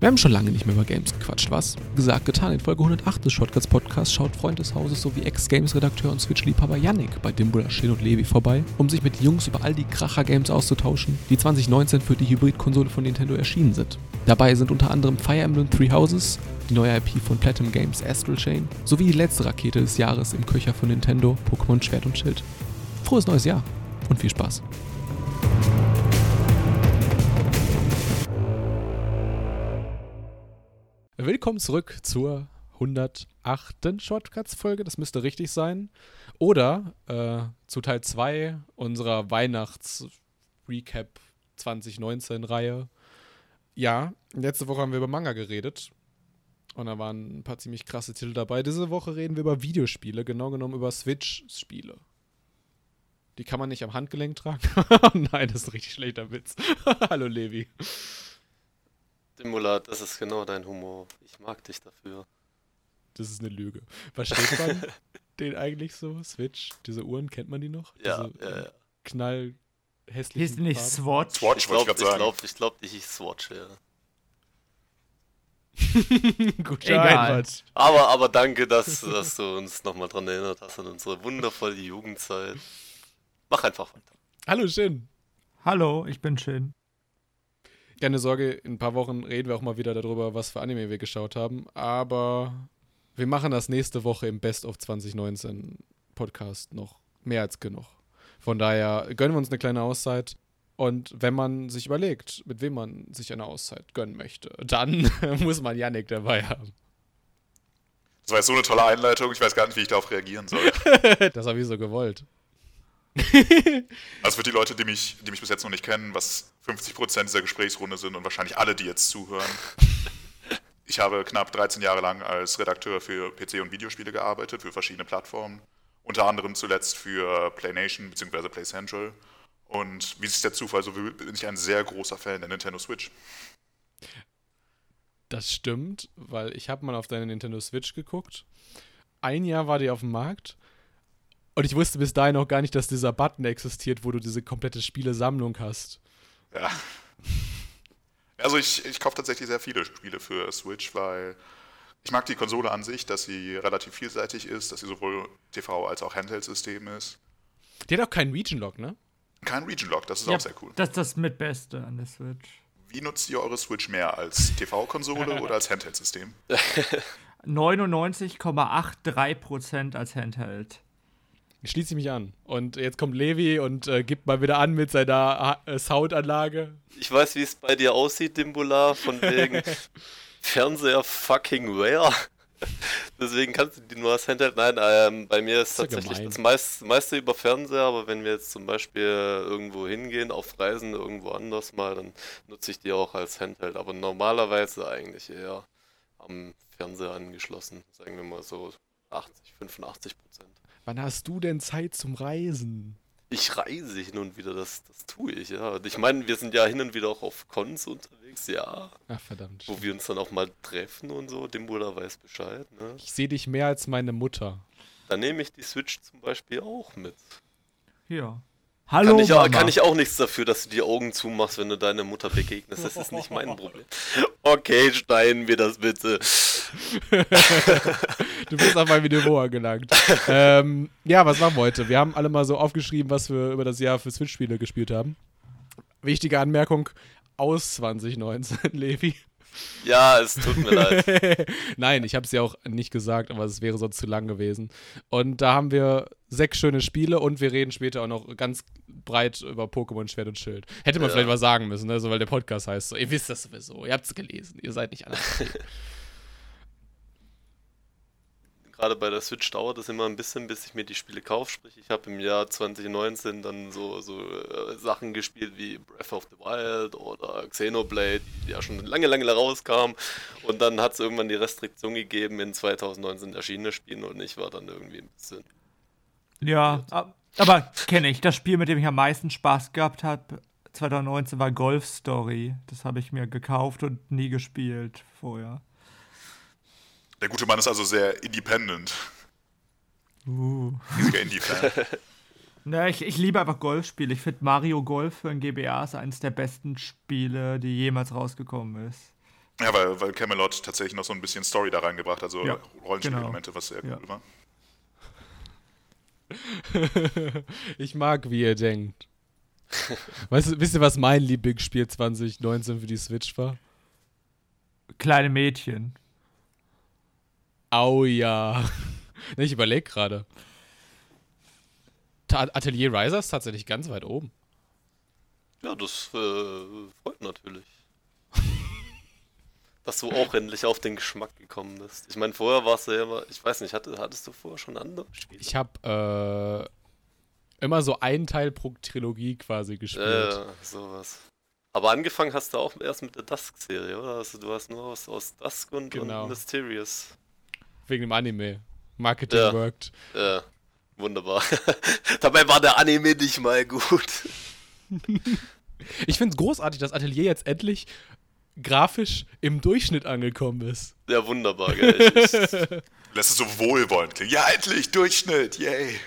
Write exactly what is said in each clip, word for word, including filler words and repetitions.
Wir haben schon lange nicht mehr über Games gequatscht, was? Gesagt, getan. In Folge hundertacht des Shortcuts Podcasts schaut Freund des Hauses sowie Ex-Games-Redakteur und Switch-Liebhaber Yannick bei Dimbula, Shin und Levi vorbei, um sich mit Jungs über all die Kracher-Games auszutauschen, die zwanzig neunzehn für die Hybrid-Konsole von Nintendo erschienen sind. Dabei sind unter anderem Fire Emblem Three Houses, die neue I P von Platinum Games Astral Chain, sowie die letzte Rakete des Jahres im Köcher von Nintendo, Pokémon Schwert und Schild. Frohes neues Jahr und viel Spaß! Willkommen zurück zur hundertachten Shortcuts-Folge, das müsste richtig sein. Oder äh, zu Teil zwei unserer Weihnachts-Recap zwanzig neunzehn-Reihe. Ja, letzte Woche haben wir über Manga geredet. Und da waren ein paar ziemlich krasse Titel dabei. Diese Woche reden wir über Videospiele, genau genommen über Switch-Spiele. Die kann man nicht am Handgelenk tragen. Nein, das ist ein richtig schlechter Witz. Hallo Levi. Dimbula, das ist genau dein Humor. Ich mag dich dafür. Das ist eine Lüge. Versteht man den eigentlich so? Switch? Diese Uhren, kennt man die noch? Ja, Diese ja, ja. Knall hässlichen Hieß nicht Farben? Swatch? Ich Swatch wollte ich glaube, gerade ich sagen. glaube, ich glaub, ich hieß Swatch, ja. Guter Egal. Einwand. Aber, aber danke, dass, dass du uns nochmal dran erinnert hast an unsere wundervolle Jugendzeit. Mach einfach weiter. Hallo, Shin. Hallo, ich bin Shin. Keine Sorge, in ein paar Wochen reden wir auch mal wieder darüber, was für Anime wir geschaut haben. Aber wir machen das nächste Woche im Best of zwanzig neunzehn Podcast noch mehr als genug. Von daher gönnen wir uns eine kleine Auszeit. Und wenn man sich überlegt, mit wem man sich eine Auszeit gönnen möchte, dann muss man Yannick dabei haben. Das war jetzt so eine tolle Einleitung, ich weiß gar nicht, wie ich darauf reagieren soll. Das habe ich so gewollt. Also für die Leute, die mich, die mich bis jetzt noch nicht kennen, was fünfzig Prozent dieser Gesprächsrunde sind und wahrscheinlich alle, die jetzt zuhören. Ich habe knapp dreizehn Jahre lang als Redakteur für P C- und Videospiele gearbeitet, für verschiedene Plattformen. Unter anderem zuletzt für PlayNation bzw. Play Central. Und wie sich der Zufall so will, bin ich ein sehr großer Fan der Nintendo Switch. Das stimmt, weil ich habe mal auf deine Nintendo Switch geguckt. Ein Jahr war die auf dem Markt. Und ich wusste bis dahin auch gar nicht, dass dieser Button existiert, wo du diese komplette Spielesammlung hast. Ja. Also ich, ich kaufe tatsächlich sehr viele Spiele für Switch, weil ich mag die Konsole an sich, dass sie relativ vielseitig ist, dass sie sowohl T V als auch Handheld-System ist. Die hat auch keinen Region-Lock, ne? Kein Region-Lock, das ist Ja, auch sehr cool. Das ist das mit Beste an der Switch. Wie nutzt ihr eure Switch mehr, als T V-Konsole oder als Handheld-System? neunundneunzig Komma dreiundachtzig Prozent als Handheld. Schließe ich mich an. Und jetzt kommt Levi und äh, gibt mal wieder an mit seiner äh, Soundanlage. Ich weiß, wie es bei dir aussieht, Dimbula, von wegen Fernseher fucking where. Deswegen kannst du die nur als Handheld. Nein, ähm, bei mir ist Das ist ja tatsächlich gemein. das meist, meiste über Fernseher, aber wenn wir jetzt zum Beispiel irgendwo hingehen, auf Reisen irgendwo anders mal, dann nutze ich die auch als Handheld. Aber normalerweise eigentlich eher am Fernseher angeschlossen, sagen wir mal so achtzig, fünfundachtzig Prozent. Wann hast du denn Zeit zum Reisen? Ich reise hin und wieder, das, das tue ich, ja. Und ich meine, wir sind ja hin und wieder auch auf Cons unterwegs, ja. Ach, verdammt. Wo wir uns dann auch mal treffen und so. Dimbula weiß Bescheid, ne? Ich sehe dich mehr als meine Mutter. Dann nehme ich die Switch zum Beispiel auch mit. Ja. Hallo, Kann ich, auch, Mama. kann ich auch nichts dafür, dass du die Augen zumachst, wenn du deiner Mutter begegnest. Das ist nicht mein Problem. Okay, schneiden wir das bitte. Du bist auf mein Video angelangt. ähm, ja, was machen wir heute? Wir haben alle mal so aufgeschrieben, was wir über das Jahr für Switch-Spiele gespielt haben. Wichtige Anmerkung aus zwanzig neunzehn, Levi. Ja, es tut mir leid. Nein, ich habe es ja auch nicht gesagt, aber es wäre sonst zu lang gewesen. Und da haben wir sechs schöne Spiele und wir reden später auch noch ganz breit über Pokémon Schwert und Schild. Hätte man Ja. vielleicht was sagen müssen, ne? So, weil der Podcast heißt so. Ihr wisst das sowieso, ihr habt es gelesen, ihr seid nicht anders. Gerade bei der Switch dauert es immer ein bisschen, bis ich mir die Spiele kaufe. Sprich, ich habe im Jahr zwanzig neunzehn dann so, so äh, Sachen gespielt wie Breath of the Wild oder Xenoblade, die ja schon lange, lange rauskamen. Und dann hat es irgendwann die Restriktion gegeben, in zwanzig neunzehn erschienene Spiele und ich war dann irgendwie ein bisschen... Ja, ab- aber kenne ich. Das Spiel, mit dem ich am meisten Spaß gehabt habe, zwanzig neunzehn war Golf Story. Das habe ich mir gekauft und nie gespielt vorher. Der gute Mann ist also sehr independent. Uh. Riesiger Indie-Fan. Ne, ich, ich liebe einfach Golfspiele. Ich finde Mario Golf für ein G B A ist eines der besten Spiele, die jemals rausgekommen ist. Ja, weil, weil Camelot tatsächlich noch so ein bisschen Story da reingebracht hat, also Ja, Rollenspielelemente, was sehr Ja. cool war. Ich mag, wie ihr denkt. Weißt du, wisst ihr, was mein Lieblingsspiel zwanzig neunzehn für die Switch war? Kleine Mädchen. Au ja. Ne, ich überlege gerade. Ta- Atelier Ryza ist tatsächlich ganz weit oben. Ja, das äh, freut natürlich. Dass du auch endlich auf den Geschmack gekommen bist. Ich meine, vorher warst du ja immer, ich weiß nicht, hatte, hattest du vorher schon andere Spiele? Ich habe äh, immer so einen Teil pro Trilogie quasi gespielt. Äh, sowas. Aber angefangen hast du auch erst mit der Dusk-Serie, oder? Also du hast nur aus, aus Dusk und, Genau. und Mysterious. Wegen dem Anime. Marketing Ja. worked. Ja, wunderbar. Dabei war der Anime nicht mal gut. Ich finde es großartig, dass Atelier jetzt endlich grafisch im Durchschnitt angekommen ist. Ja, wunderbar, gell. Ich, ich, Lässt es so wohlwollend klingen. Ja, endlich, Durchschnitt, yay.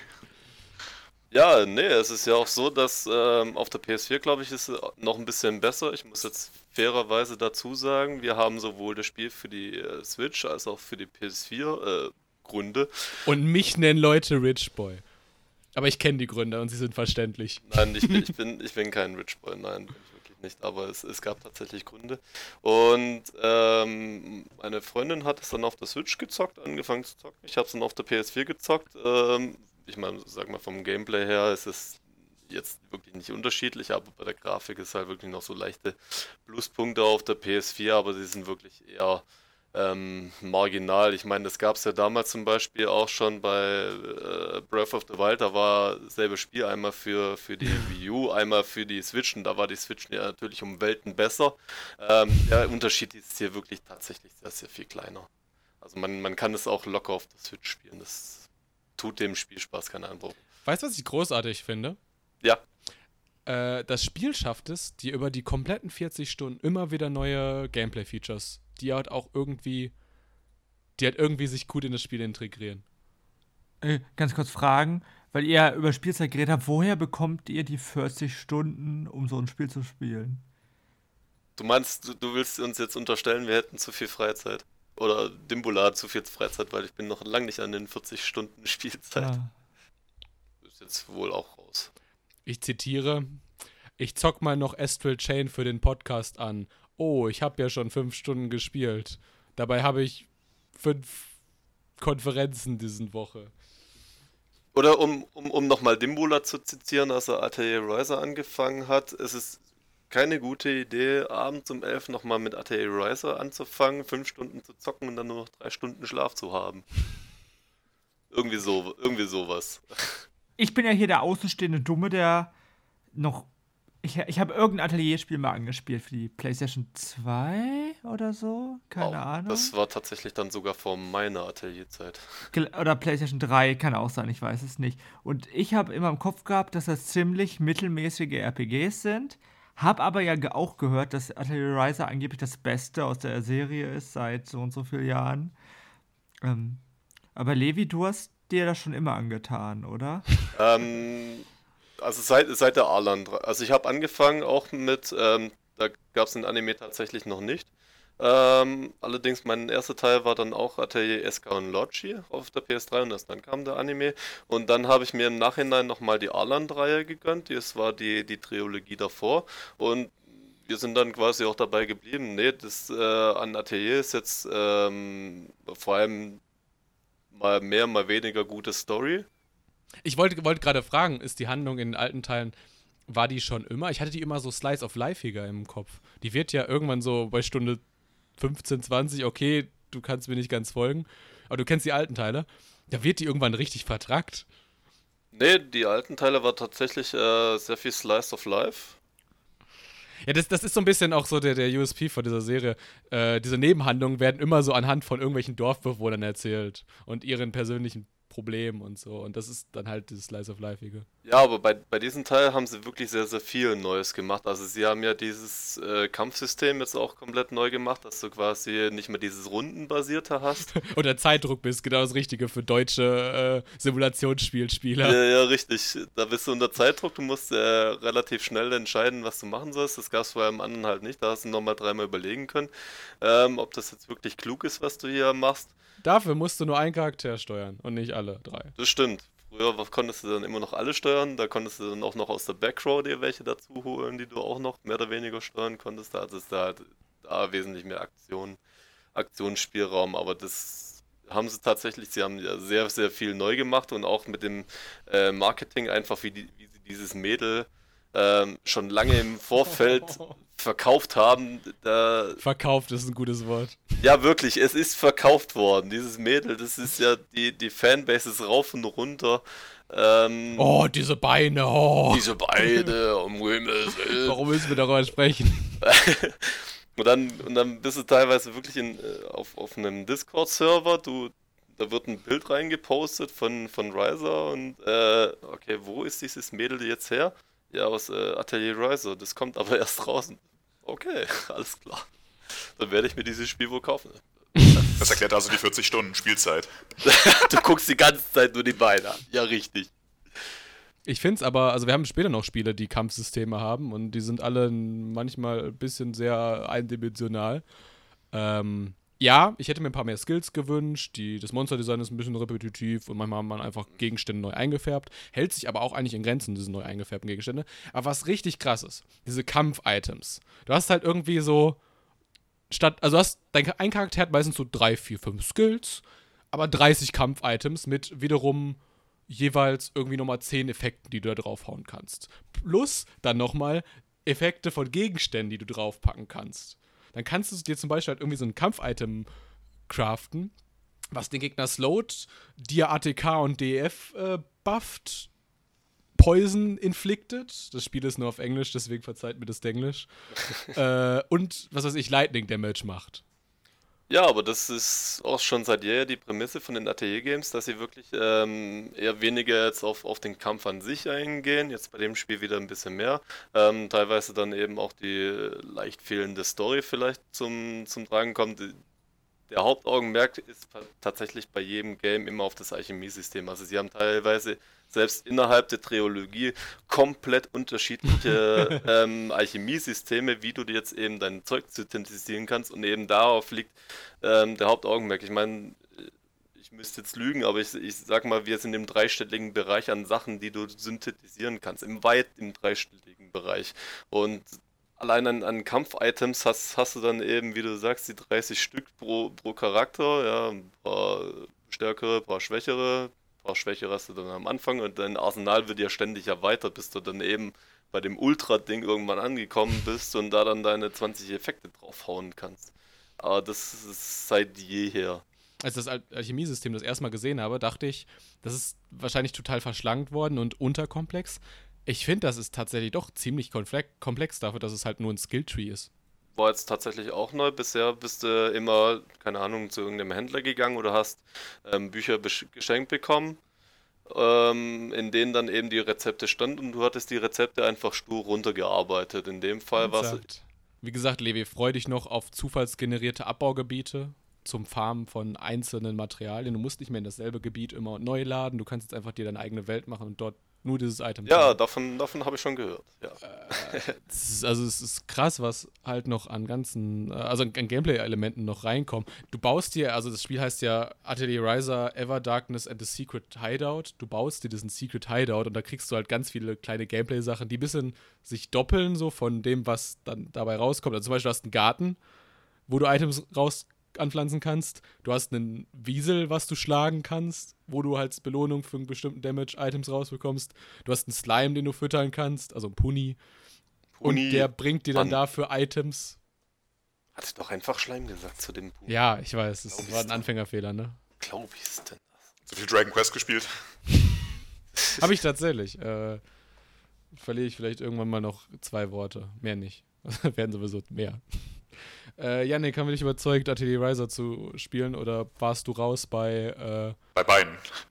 ja, nee, es ist ja auch so, dass ähm, auf der P S vier, glaube ich, ist es noch ein bisschen besser. Ich muss jetzt fairerweise dazu sagen, wir haben sowohl das Spiel für die äh, Switch als auch für die P S vier äh, Gründe. Und mich nennen Leute Rich Boy. Aber ich kenne die Gründe und sie sind verständlich. Nein, ich, bin- ich, bin, ich bin kein Rich Boy, nein, bin ich wirklich nicht. Aber es, es gab tatsächlich Gründe. Und ähm, meine Freundin hat es dann auf der Switch gezockt, angefangen zu zocken. Ich habe es dann auf der P S vier gezockt. Ähm, ich meine, sag mal, vom Gameplay her ist es jetzt wirklich nicht unterschiedlich, aber bei der Grafik ist halt wirklich noch so leichte Pluspunkte auf der P S vier, aber sie sind wirklich eher ähm, marginal. Ich meine, das gab es ja damals zum Beispiel auch schon bei äh, Breath of the Wild, da war dasselbe Spiel, einmal für, für die Wii U, einmal für die Switch und da war die Switch ja natürlich um Welten besser. Ähm, der Unterschied ist hier wirklich tatsächlich sehr, sehr viel kleiner. Also man, man kann es auch locker auf der Switch spielen, das tut dem Spiel Spaß, kein Einbruch. Weißt du, was ich großartig finde? Ja, Äh, das Spiel schafft es, dir über die kompletten vierzig Stunden immer wieder neue Gameplay-Features, die halt auch irgendwie, die halt irgendwie sich gut in das Spiel integrieren. Äh, ganz kurz fragen, weil ihr über Spielzeit geredet habt, woher bekommt ihr die vierzig Stunden, um so ein Spiel zu spielen? du meinst, du, du willst uns jetzt unterstellen, wir hätten zu viel Freizeit. Oder Dimbula hat zu viel Freizeit, weil ich bin noch lange nicht an den vierzig Stunden Spielzeit. Ah. Ist jetzt wohl auch raus. Ich zitiere, ich zock mal noch Astral Chain für den Podcast an. Oh, ich habe ja schon fünf Stunden gespielt. Dabei habe ich fünf Konferenzen diese Woche. Oder um, um, um nochmal Dimbula zu zitieren, als er Atelier Ryza angefangen hat, es ist keine gute Idee, abends um elf nochmal mit Atelier Ryza anzufangen, fünf Stunden zu zocken und dann nur noch drei Stunden Schlaf zu haben. Irgendwie so, irgendwie sowas. Ich bin ja hier der außenstehende Dumme, der noch. Ich, ich habe irgendein Atelierspiel mal angespielt für die PlayStation zwei oder so. Keine Wow, Ahnung. Das war tatsächlich dann sogar vor meiner Atelierzeit. Gel- Oder PlayStation drei, kann auch sein, ich weiß es nicht. Und ich habe immer im Kopf gehabt, dass das ziemlich mittelmäßige R P Gs sind. Hab aber ja ge- auch gehört, dass Atelier Ryza angeblich das Beste aus der Serie ist seit so und so vielen Jahren. Ähm, aber Levi, du hast dir das schon immer angetan, oder? Ähm, also seit, seit der Arlan drei. Also ich habe angefangen auch mit, ähm, da gab es den Anime tatsächlich noch nicht. Ähm, allerdings mein erster Teil war dann auch Atelier S K und Logi auf der P S drei und erst dann kam der Anime. Und dann habe ich mir im Nachhinein nochmal die Arlan-Reihe gegönnt. Das war die, die Trilogie davor. Und wir sind dann quasi auch dabei geblieben. Nee, das äh, an Atelier ist jetzt ähm, vor allem mal mehr, mal weniger gute Story. Ich wollte wollte gerade fragen, ist die Handlung in den alten Teilen, war die schon immer? Ich hatte die immer so Slice of Life-iger im Kopf. Die wird ja irgendwann so bei Stunde fünfzehn, zwanzig, okay, du kannst mir nicht ganz folgen, aber du kennst die alten Teile, da wird die irgendwann richtig vertrackt. Nee, die alten Teile war tatsächlich äh, sehr viel Slice of Life. Ja, das, das ist so ein bisschen auch so der, der U S P von dieser Serie. Äh, diese Nebenhandlungen werden immer so anhand von irgendwelchen Dorfbewohnern erzählt und ihren persönlichen Problem und so. Und das ist dann halt dieses Slice of Life-ige. Ja, aber bei, bei diesem Teil haben sie wirklich sehr, sehr viel Neues gemacht. Also sie haben ja dieses äh, Kampfsystem jetzt auch komplett neu gemacht, dass du quasi nicht mehr dieses Rundenbasierte hast. Und der Zeitdruck bist genau das Richtige für deutsche äh, Simulationsspielspieler. Ja, ja, richtig. Da bist du unter Zeitdruck, du musst äh, relativ schnell entscheiden, was du machen sollst. Das gab es vorher im anderen halt nicht. Da hast du nochmal dreimal überlegen können, ähm, ob das jetzt wirklich klug ist, was du hier machst. Dafür musst du nur einen Charakter steuern und nicht alle drei. Das stimmt. Früher konntest du dann immer noch alle steuern, da konntest du dann auch noch aus der Backrow dir welche dazu holen, die du auch noch mehr oder weniger steuern konntest. Da hattest du halt da wesentlich mehr Aktion, Aktionsspielraum, aber das haben sie tatsächlich, sie haben ja sehr, sehr viel neu gemacht und auch mit dem äh, Marketing einfach, wie, die, wie sie dieses Mädel ähm, schon lange im Vorfeld verkauft haben. Da, Verkauft ist ein gutes Wort. ja, wirklich, es ist verkauft worden. Dieses Mädel, das ist ja, die, die Fanbase ist rauf und runter. Ähm, Oh, diese Beine. Oh. Diese Beine, um Himmels Willen. Warum müssen wir darüber sprechen? Und dann, und dann bist du teilweise wirklich in, äh, auf, auf einem Discord-Server, du, da wird ein Bild reingepostet von, von Riser und äh, okay, wo ist dieses Mädel jetzt her? Ja, aus äh, Atelier Riser, das kommt aber erst draußen. Okay, alles klar. Dann werde ich mir dieses Spiel wohl kaufen. Das erklärt also die vierzig Stunden Spielzeit. Du guckst die ganze Zeit nur die Beine an. Ja, richtig. Ich finde es aber, also wir haben später noch Spiele, die Kampfsysteme haben und die sind alle manchmal ein bisschen sehr eindimensional. Ähm, ja, ich hätte mir ein paar mehr Skills gewünscht. Die, das Monsterdesign ist ein bisschen repetitiv und manchmal hat man einfach Gegenstände neu eingefärbt. Hält sich aber auch eigentlich in Grenzen, diese neu eingefärbten Gegenstände. Aber was richtig krass ist, diese Kampf-Items. Du hast halt irgendwie so, statt, also du hast, dein, ein Charakter hat meistens so drei, vier, fünf Skills, aber dreißig Kampf-Items mit wiederum jeweils irgendwie nochmal zehn Effekten, die du da draufhauen kannst. Plus dann nochmal Effekte von Gegenständen, die du draufpacken kannst. Dann kannst du dir zum Beispiel halt irgendwie so ein Kampf-Item craften, was den Gegner slowt, dir A T K und D F äh, bufft, Poison inflicted, das Spiel ist nur auf Englisch, deswegen verzeiht mir das Englisch, äh, und, was weiß ich, Lightning Damage macht. Ja, aber das ist auch schon seit jeher die Prämisse von den Atelier Games, dass sie wirklich ähm, eher weniger jetzt auf, auf den Kampf an sich eingehen, jetzt bei dem Spiel wieder ein bisschen mehr. Ähm, teilweise dann eben auch die leicht fehlende Story vielleicht zum, zum Tragen kommt. Der Hauptaugenmerk ist tatsächlich bei jedem Game immer auf das Alchemie-System. Also sie haben teilweise selbst innerhalb der Trilogie komplett unterschiedliche ähm, Alchemiesysteme, wie du dir jetzt eben dein Zeug synthetisieren kannst, und eben darauf liegt ähm, der Hauptaugenmerk. Ich meine, ich müsste jetzt lügen, aber ich, ich sag mal, wir sind im dreistelligen Bereich an Sachen, die du synthetisieren kannst, im weit im dreistelligen Bereich. Und allein an, an Kampf-Items hast, hast du dann eben, wie du sagst, die dreißig Stück pro, pro Charakter, ja, ein paar stärkere, ein paar schwächere. Ein paar schwächere hast du dann am Anfang und dein Arsenal wird ja ständig erweitert, bis du dann eben bei dem Ultra-Ding irgendwann angekommen bist und da dann deine zwanzig Effekte draufhauen kannst. Aber das ist seit jeher. Als ich das Al- Alchemiesystem das erste Mal gesehen habe, dachte ich, das ist wahrscheinlich total verschlankt worden und unterkomplex. Ich finde, das ist tatsächlich doch ziemlich konfle- komplex dafür, dass es halt nur ein Skilltree ist. War jetzt tatsächlich auch neu. Bisher bist du immer, keine Ahnung, zu irgendeinem Händler gegangen oder hast ähm, Bücher besch- geschenkt bekommen, ähm, in denen dann eben die Rezepte standen und du hattest die Rezepte einfach stur runtergearbeitet. In dem Fall war es. Ernsthaft? Wie gesagt, Levi, freu dich noch auf zufallsgenerierte Abbaugebiete zum Farmen von einzelnen Materialien. Du musst nicht mehr in dasselbe Gebiet immer neu laden. Du kannst jetzt einfach dir deine eigene Welt machen und dort nur dieses Item Ja, farmen. davon, davon habe ich schon gehört. Ja. Es ist, also es ist krass, was halt noch an ganzen, äh, also an Gameplay-Elementen noch reinkommt. Du baust dir, also das Spiel heißt ja Atelier Ryza, Ever Darkness and the Secret Hideout. Du baust dir diesen Secret Hideout und da kriegst du halt ganz viele kleine Gameplay-Sachen, die ein bisschen sich doppeln, so von dem, was dann dabei rauskommt. Also zum Beispiel, du hast einen Garten, wo du Items raus anpflanzen kannst. Du hast einen Wiesel, was du schlagen kannst, wo du halt Belohnung für einen bestimmten Damage-Items rausbekommst. Du hast einen Slime, den du füttern kannst, also einen Puni. Puni, Und der bringt dir dann Mann. dafür Items. Hatte ich doch einfach Schleim gesagt zu dem Puni. Ja, ich weiß, das Glaub war ein ich's Anfängerfehler, ne? Glaub ich's denn das? So viel Dragon Quest gespielt. Habe ich tatsächlich. Äh, verliere ich vielleicht irgendwann mal noch zwei Worte. Mehr nicht. Werden sowieso mehr. Äh, Yannick, haben wir dich überzeugt, Atelier Ryza zu spielen oder warst du raus bei, äh, Bei beiden.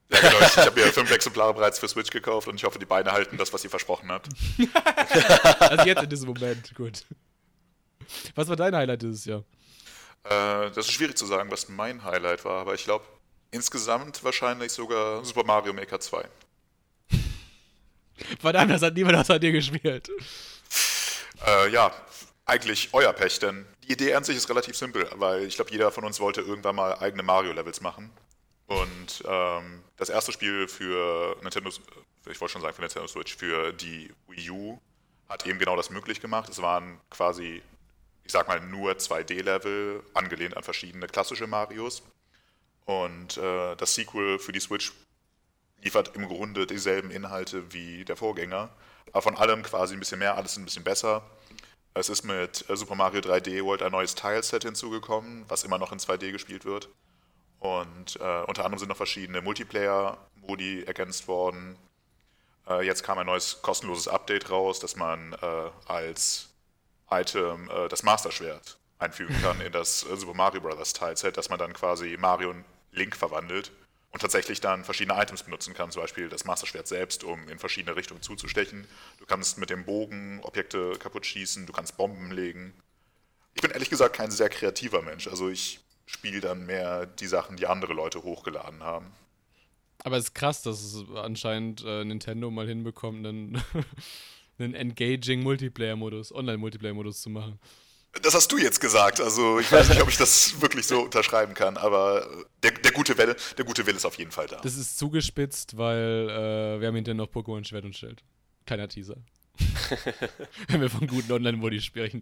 Ja, genau. Ich, ich habe mir fünf Exemplare bereits für Switch gekauft und ich hoffe, die Beine halten das, was ihr versprochen habt. Also jetzt in diesem Moment, gut. Was war dein Highlight dieses Jahr? Äh, das ist schwierig zu sagen, was mein Highlight war, aber ich glaube, insgesamt wahrscheinlich sogar Super Mario Maker zwei. Verdammt, das hat niemand außer dir gespielt. Äh, ja, eigentlich euer Pech, denn die Idee an sich ist relativ simpel, weil ich glaube, jeder von uns wollte irgendwann mal eigene Mario-Levels machen. Und ähm, das erste Spiel für Nintendo, ich wollte schon sagen für Nintendo Switch, für die Wii U hat eben genau das möglich gemacht. Es waren quasi, ich sag mal, nur zwei D-Level, angelehnt an verschiedene klassische Marios. Und äh, das Sequel für die Switch liefert im Grunde dieselben Inhalte wie der Vorgänger, aber von allem quasi ein bisschen mehr, alles ein bisschen besser. Es ist mit äh, Super Mario drei D World ein neues Tileset hinzugekommen, was immer noch in zwei D gespielt wird. Und äh, unter anderem sind noch verschiedene Multiplayer-Modi ergänzt worden. Äh, jetzt kam ein neues kostenloses Update raus, dass man äh, als Item äh, das Master Schwert einfügen kann in das äh, Super Mario Bros. Tileset, dass man dann quasi Mario in Link verwandelt und tatsächlich dann verschiedene Items benutzen kann, zum Beispiel das Master Schwert selbst, um in verschiedene Richtungen zuzustechen. Du kannst mit dem Bogen Objekte kaputt schießen, du kannst Bomben legen. Ich bin ehrlich gesagt kein sehr kreativer Mensch, also ich spiele dann mehr die Sachen, die andere Leute hochgeladen haben. Aber es ist krass, dass es anscheinend äh, Nintendo mal hinbekommt, einen, einen engaging Multiplayer-Modus, Online-Multiplayer-Modus zu machen. Das hast du jetzt gesagt, also ich weiß nicht, ob ich das wirklich so unterschreiben kann, aber der, der, gute Wille, der gute Wille ist auf jeden Fall da. Das ist zugespitzt, weil äh, wir haben hinterher noch Pokémon Schwert und Schild. Kleiner Teaser. Wenn wir von guten Online-Modis sprechen.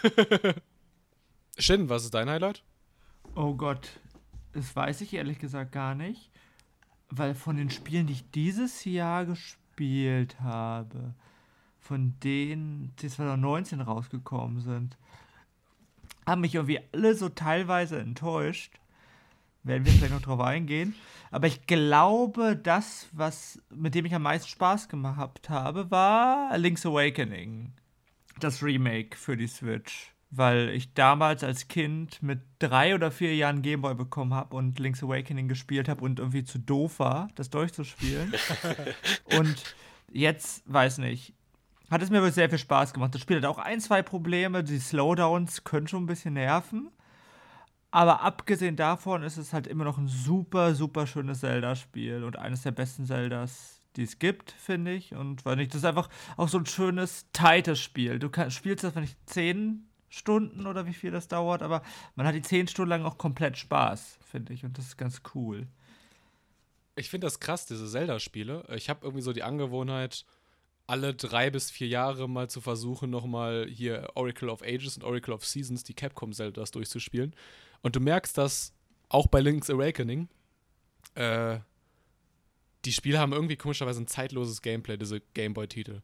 Shin, was ist dein Highlight? Oh Gott, das weiß ich ehrlich gesagt gar nicht, weil von den Spielen, die ich dieses Jahr gespielt habe, von denen, die zwanzig neunzehn rausgekommen sind, haben mich irgendwie alle so teilweise enttäuscht. Werden wir vielleicht noch drauf eingehen. Aber ich glaube, das, was mit dem ich am meisten Spaß gemacht habe, war Link's Awakening. Das Remake für die Switch. Weil ich damals als Kind mit drei oder vier Jahren Gameboy bekommen habe und Link's Awakening gespielt habe und irgendwie zu doof war, das durchzuspielen. Und jetzt, weiß nicht, hat es mir wirklich sehr viel Spaß gemacht. Das Spiel hat auch ein, zwei Probleme. Die Slowdowns können schon ein bisschen nerven. Aber abgesehen davon ist es halt immer noch ein super, super schönes Zelda-Spiel und eines der besten Zeldas, die es gibt, finde ich. Und weil nicht, das ist einfach auch so ein schönes, tightes Spiel. Du kann, spielst das, wenn ich zehn Stunden oder wie viel das dauert, aber man hat die zehn Stunden lang auch komplett Spaß, finde ich. Und das ist ganz cool. Ich finde das krass, diese Zelda-Spiele. Ich habe irgendwie so die Angewohnheit, alle drei bis vier Jahre mal zu versuchen, nochmal hier Oracle of Ages und Oracle of Seasons, die Capcom-Zeldas durchzuspielen. Und du merkst, dass auch bei Link's Awakening äh, die Spiele haben irgendwie komischerweise ein zeitloses Gameplay, diese Gameboy-Titel.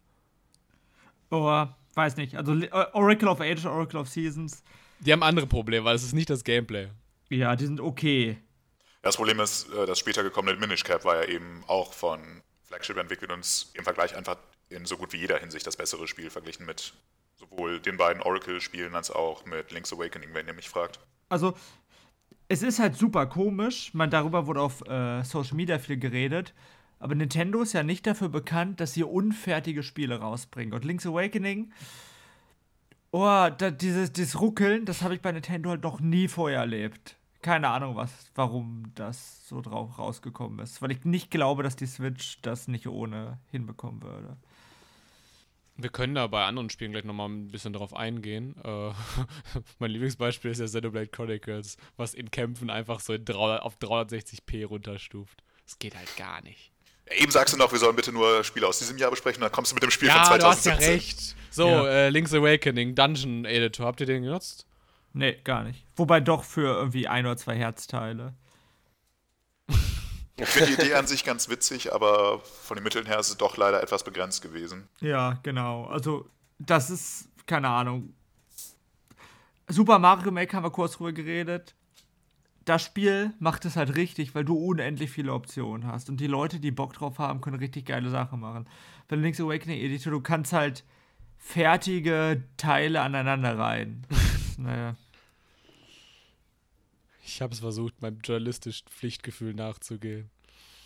Oh, weiß nicht. Also Oracle of Ages, Oracle of Seasons. Die haben andere Probleme, weil es ist nicht das Gameplay. Ja, die sind okay. Das Problem ist, das später gekommene Minish Cap war ja eben auch von Flagship entwickelt und im Vergleich einfach in so gut wie jeder Hinsicht das bessere Spiel, verglichen mit sowohl den beiden Oracle-Spielen als auch mit Link's Awakening, wenn ihr mich fragt. Also, es ist halt super komisch. Man, darüber wurde auf äh, Social Media viel geredet. Aber Nintendo ist ja nicht dafür bekannt, dass sie unfertige Spiele rausbringen. Und Link's Awakening, oh, da, dieses, dieses Ruckeln, das habe ich bei Nintendo halt noch nie vorher erlebt. Keine Ahnung, was, warum das so drauf rausgekommen ist. Weil ich nicht glaube, dass die Switch das nicht ohne hinbekommen würde. Wir können da bei anderen Spielen gleich nochmal ein bisschen drauf eingehen. Äh, mein Lieblingsbeispiel ist ja Xenoblade Chronicles, was in Kämpfen einfach so in drei, auf dreihundertsechzig p runterstuft. Das geht halt gar nicht. Ja, eben sagst du noch, wir sollen bitte nur Spiele aus diesem Jahr besprechen, dann kommst du mit dem Spiel ja, von zwanzig siebzehn. Ja, du hast ja recht. So, ja. Äh, Link's Awakening, Dungeon Editor, habt ihr den genutzt? Nee, gar nicht. Wobei doch für irgendwie ein oder zwei Herzteile. Ich finde die Idee an sich ganz witzig, aber von den Mitteln her ist es doch leider etwas begrenzt gewesen. Ja, genau. Also, das ist, keine Ahnung. Super Mario Maker haben wir kurz drüber geredet. Das Spiel macht es halt richtig, weil du unendlich viele Optionen hast. Und die Leute, die Bock drauf haben, können richtig geile Sachen machen. Bei Link's Awakening Editor, du kannst halt fertige Teile aneinander reihen. Naja. Ich habe es versucht, meinem journalistischen Pflichtgefühl nachzugehen.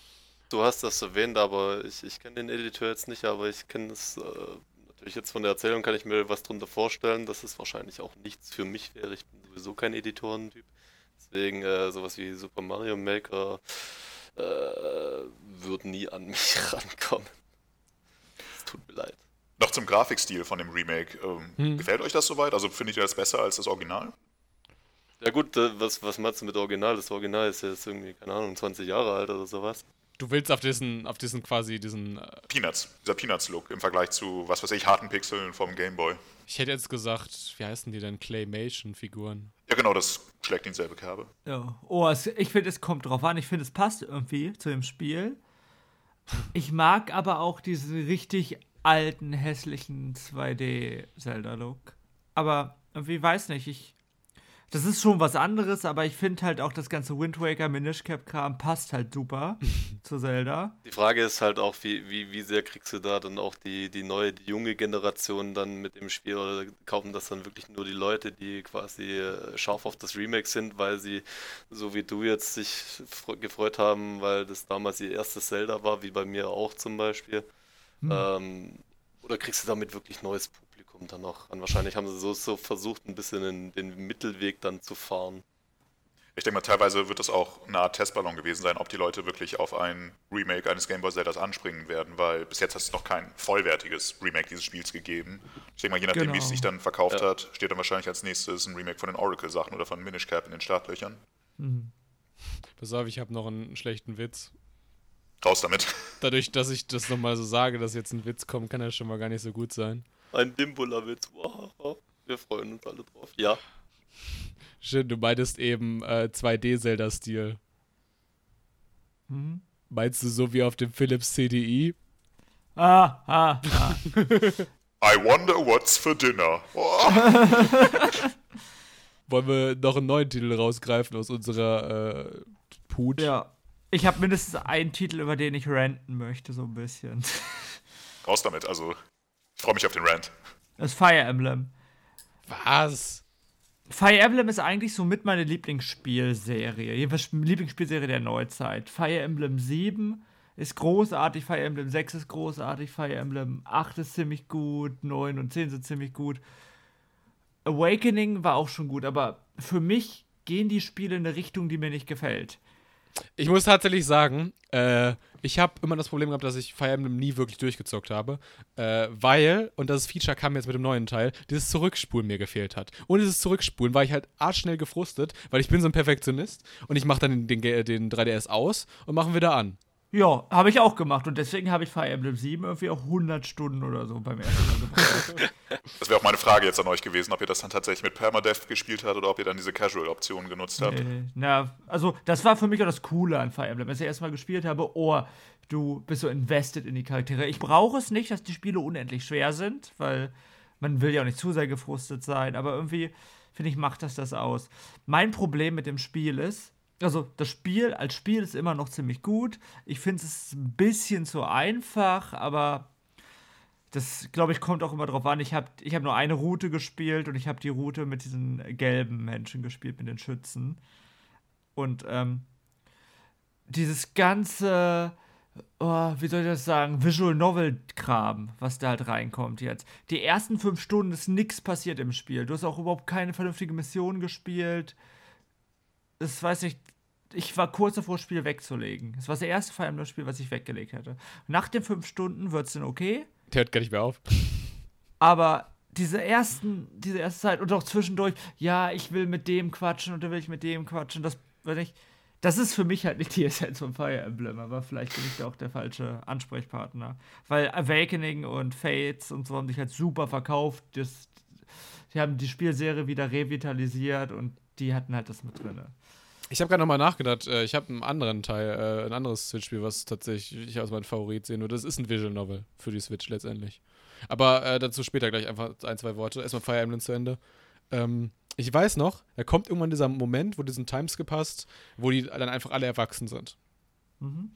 Du hast das erwähnt, aber ich, ich kenne den Editor jetzt nicht, aber ich kenne es äh, natürlich jetzt von der Erzählung, kann ich mir was drunter vorstellen, dass es wahrscheinlich auch nichts für mich wäre. Ich bin sowieso kein Editorentyp. Deswegen äh, sowas wie Super Mario Maker äh, wird nie an mich rankommen. Es tut mir leid. Noch zum Grafikstil von dem Remake. Ähm, Hm. Gefällt euch das soweit? Also findet ihr das besser als das Original? Ja gut, äh, was, was meinst du mit Original? Das Original ist ja jetzt irgendwie, keine Ahnung, zwanzig Jahre alt oder sowas. Du willst auf diesen, auf diesen quasi diesen, äh, Peanuts, dieser Peanuts-Look im Vergleich zu, was weiß ich, harten Pixeln vom Gameboy. ich hätte jetzt gesagt, wie heißen die denn? Claymation-Figuren. Ja genau, das schlägt in dieselbe Kerbe. Ja. Oh, es, ich finde, es kommt drauf an. Ich finde, es passt irgendwie zu dem Spiel. Ich mag aber auch diesen richtig alten, hässlichen zwei D-Zelda-Look. Aber irgendwie, weiß nicht, ich. Das ist schon was anderes, aber ich finde halt auch das ganze Wind Waker Minish Cap Kram passt halt super zu Zelda. Die Frage ist halt auch, wie, wie, wie sehr kriegst du da dann auch die, die neue, die junge Generation dann mit dem Spiel, oder kaufen das dann wirklich nur die Leute, die quasi äh, scharf auf das Remake sind, weil sie, so wie du jetzt, sich fre- gefreut haben, weil das damals ihr erstes Zelda war, wie bei mir auch zum Beispiel. Hm. Ähm, oder kriegst du damit wirklich neues Publikum dann noch an? Wahrscheinlich haben sie so, so versucht, ein bisschen in, den Mittelweg dann zu fahren. Ich denke mal, teilweise wird das auch eine Art Testballon gewesen sein, ob die Leute wirklich auf ein Remake eines Gameboy Zeldas anspringen werden, weil bis jetzt hat es noch kein vollwertiges Remake dieses Spiels gegeben. Ich denke mal, je nachdem, Genau. wie es sich dann verkauft Ja. hat, steht dann wahrscheinlich als nächstes ein Remake von den Oracle-Sachen oder von Minish Cap in den Startlöchern. Mhm. Pass auf, ich habe noch einen schlechten Witz. Raus damit. Dadurch, dass ich das nochmal so sage, dass jetzt ein Witz kommt, kann er schon mal gar nicht so gut sein. Ein Dimbula-Witz. Wow, wir freuen uns alle drauf. Ja. Schön, du meintest eben äh, zwei D-Zelda-Stil. Mhm. Meinst du so wie auf dem Philips C D I? Ah, ah, ah. I wonder what's for dinner. Oh. Wollen wir noch einen neuen Titel rausgreifen aus unserer äh, Put? Ja. Ich habe mindestens einen Titel, über den ich ranten möchte, so ein bisschen. Raus damit, also ich freue mich auf den Rant. Das ist Fire Emblem. Was? Fire Emblem ist eigentlich so mit meine Lieblingsspielserie. Jedenfalls Lieblingsspielserie der Neuzeit. Fire Emblem sieben ist großartig, Fire Emblem sechs ist großartig, Fire Emblem acht ist ziemlich gut, neun und zehn sind ziemlich gut. Awakening war auch schon gut, aber für mich gehen die Spiele in eine Richtung, die mir nicht gefällt. Ich muss tatsächlich sagen, äh, ich habe immer das Problem gehabt, dass ich Fire Emblem nie wirklich durchgezockt habe, äh, weil, und das Feature kam jetzt mit dem neuen Teil, dieses Zurückspulen mir gefehlt hat. Ohne dieses Zurückspulen war ich halt arschschnell gefrustet, weil ich bin so ein Perfektionist und ich mache dann den, den, den drei D S aus und mache ihn wieder an. Ja, habe ich auch gemacht und deswegen habe ich Fire Emblem sieben irgendwie auch hundert Stunden oder so beim ersten Mal gebraucht. Das wäre auch meine Frage jetzt an euch gewesen, ob ihr das dann tatsächlich mit Permadeath gespielt habt oder ob ihr dann diese Casual-Option genutzt habt. Nee, na, also das war für mich auch das Coole an Fire Emblem. Als ich erstmal gespielt habe, oh, du bist so invested in die Charaktere. Ich brauche es nicht, dass die Spiele unendlich schwer sind, weil man will ja auch nicht zu sehr gefrustet sein, aber irgendwie, finde ich, macht das das aus. Mein Problem mit dem Spiel ist, also das Spiel als Spiel ist immer noch ziemlich gut. Ich finde es ein bisschen zu einfach, aber das, glaube ich, kommt auch immer drauf an. Ich habe ich hab nur eine Route gespielt und ich habe die Route mit diesen gelben Menschen gespielt, mit den Schützen. Und ähm, dieses ganze, oh, wie soll ich das sagen, Visual Novel-Kram, was da halt reinkommt jetzt. Die ersten fünf Stunden ist nichts passiert im Spiel. Du hast auch überhaupt keine vernünftige Mission gespielt. Das weiß ich, ich war kurz davor, das Spiel wegzulegen. Das war das erste Fire Emblem-Spiel, was ich weggelegt hätte. Nach den fünf Stunden wird es dann okay. Der hört gar nicht mehr auf. Aber diese ersten, diese erste Zeit und auch zwischendurch, ja, ich will mit dem quatschen und dann will ich mit dem quatschen, das, wenn ich, das ist für mich halt nicht die Essenz von Fire Emblem, aber vielleicht bin ich da auch der falsche Ansprechpartner. Weil Awakening und Fates und so haben sich halt super verkauft. Das, die haben die Spielserie wieder revitalisiert und die hatten halt das mit drin. Ich habe gerade nochmal nachgedacht, äh, ich habe einen anderen Teil, äh, ein anderes Switch-Spiel, was tatsächlich ich als mein Favorit sehe, nur das ist ein Visual Novel für die Switch letztendlich. Aber äh, dazu später gleich einfach ein, zwei Worte. Erstmal Fire Emblem zu Ende. Ähm, ich weiß noch, da kommt irgendwann dieser Moment, wo diesen Timeskip hast, wo die dann einfach alle erwachsen sind. Mhm.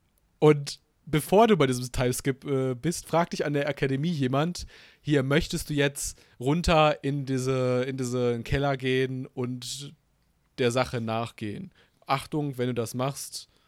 Und bevor du bei diesem Timeskip äh, bist, fragt dich an der Akademie jemand, hier, möchtest du jetzt runter in diese, in diesen Keller gehen und der Sache nachgehen? Achtung, wenn du das machst,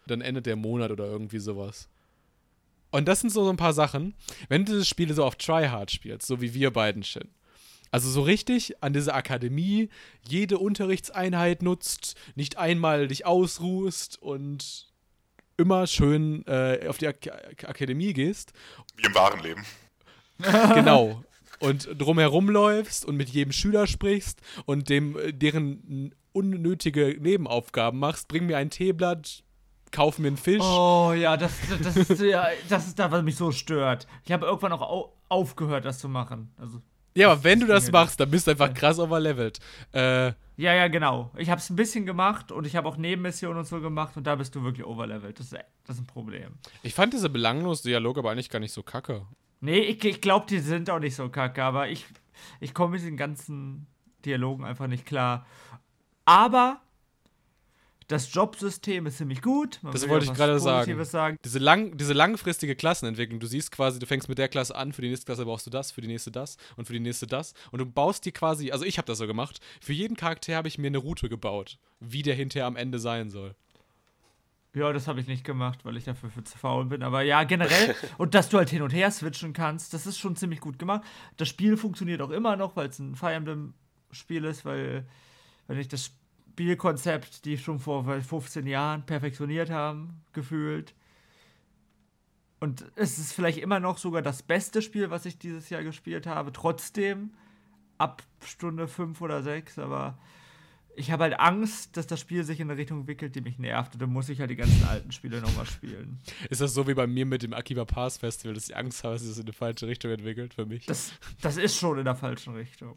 dann endet der Monat oder irgendwie sowas. Und das sind so, so ein paar Sachen, wenn du das Spiel so auf Tryhard spielst, so wie wir beiden schon. Also so richtig an dieser Akademie jede Unterrichtseinheit nutzt, nicht einmal dich ausruhst und immer schön äh, auf die Ak- Akademie gehst. Wie im wahren Leben. Genau. Und drumherum läufst und mit jedem Schüler sprichst und dem deren unnötige Nebenaufgaben machst. Bring mir ein Teeblatt, kauf mir einen Fisch. Oh ja, das, das, ist, ja, das ist da, was mich so stört. Ich habe irgendwann auch au- aufgehört, das zu machen. Also, ja, aber wenn du das Dinge, machst, dann bist du einfach krass overlevelt. Äh, ja, ja, genau. Ich habe es ein bisschen gemacht und ich habe auch Nebenmissionen und so gemacht und da bist du wirklich overlevelt. Das ist, das ist ein Problem. ich fand diese belanglosen Dialoge aber eigentlich gar nicht so kacke. Nee, ich, ich glaube, die sind auch nicht so kacke, aber ich, ich komme mit den ganzen Dialogen einfach nicht klar. Aber das Jobsystem ist ziemlich gut. Man Das will wollte ja ich was gerade sagen. Positives sagen. Diese, lang, diese langfristige Klassenentwicklung, du siehst quasi, du fängst mit der Klasse an, für die nächste Klasse brauchst du das, für die nächste das und für die nächste das. Und du baust dir quasi, also ich habe das so gemacht, für jeden Charakter habe ich mir eine Route gebaut, wie der hinterher am Ende sein soll. Ja, das habe ich nicht gemacht, weil ich dafür für zu faul bin. Aber ja, generell. Und dass du halt hin und her switchen kannst, das ist schon ziemlich gut gemacht. Das Spiel funktioniert auch immer noch, weil es ein Fire Emblem-Spiel ist, weil, wenn ich das Spielkonzept, die schon vor fünfzehn Jahren perfektioniert haben, gefühlt. Und es ist vielleicht immer noch sogar das beste Spiel, was ich dieses Jahr gespielt habe. Trotzdem ab Stunde fünf oder sechs, aber ich habe halt Angst, dass das Spiel sich in eine Richtung entwickelt, die mich nervt. Und dann muss ich halt die ganzen alten Spiele nochmal spielen. Ist das so wie bei mir mit dem Akiba Pass Festival, dass ich Angst habe, dass es in eine falsche Richtung entwickelt für mich? Das, das ist schon in der falschen Richtung.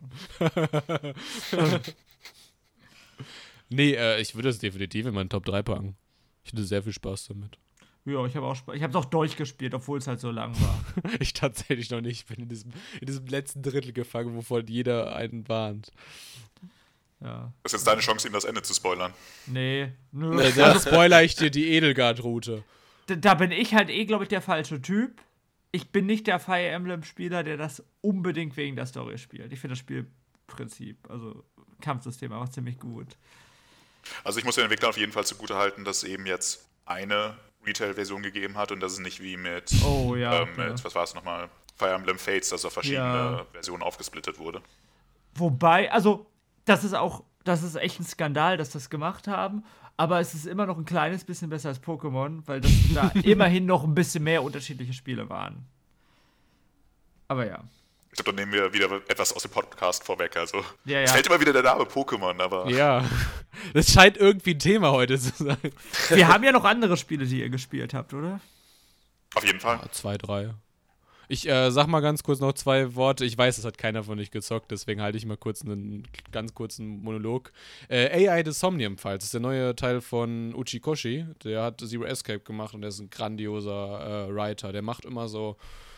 nee, äh, ich würde es definitiv in meinen Top drei packen. Ich hatte sehr viel Spaß damit. Ja, ich habe auch Spaß. Ich habe es auch durchgespielt, obwohl es halt so lang war. ich tatsächlich noch nicht. Ich bin in diesem, in diesem letzten Drittel gefangen, wovon jeder einen warnt. Ja. Das ist jetzt deine Chance, ihm das Ende zu spoilern. Nee. Nö. Nee, da spoiler ich dir die Edelgard-Route. Da, da bin ich halt eh, glaube ich, der falsche Typ. Ich bin nicht der Fire Emblem-Spieler, der das unbedingt wegen der Story spielt. Ich finde das Spielprinzip, also Kampfsystem, auch ziemlich gut. Also ich muss den Entwicklern auf jeden Fall zugutehalten, dass es eben jetzt eine Retail-Version gegeben hat und dass es nicht wie mit, Oh ja. ähm, mit ja. was war es nochmal, Fire Emblem Fates, dass auf verschiedene Ja. Versionen aufgesplittet wurde. Wobei, also, das ist auch, das ist echt ein Skandal, dass das gemacht haben. Aber es ist immer noch ein kleines bisschen besser als Pokémon, weil das da immerhin noch ein bisschen mehr unterschiedliche Spiele waren. Aber ja. Ich glaube, dann nehmen wir wieder etwas aus dem Podcast vorweg. Also, Ja, es ja. fällt immer wieder der Name Pokémon, aber Ja, das scheint irgendwie ein Thema heute zu sein. Wir haben ja noch andere Spiele, die ihr gespielt habt, oder? auf jeden Fall. Ja, zwei, drei. Ich äh, sag mal ganz kurz noch zwei Worte. Ich weiß, es hat keiner von euch gezockt, deswegen halte ich mal kurz einen ganz kurzen Monolog. Äh, A I The Somnium Files, das ist der neue Teil von Uchikoshi. Der hat Zero Escape gemacht und der ist ein grandioser äh, Writer. Der macht immer so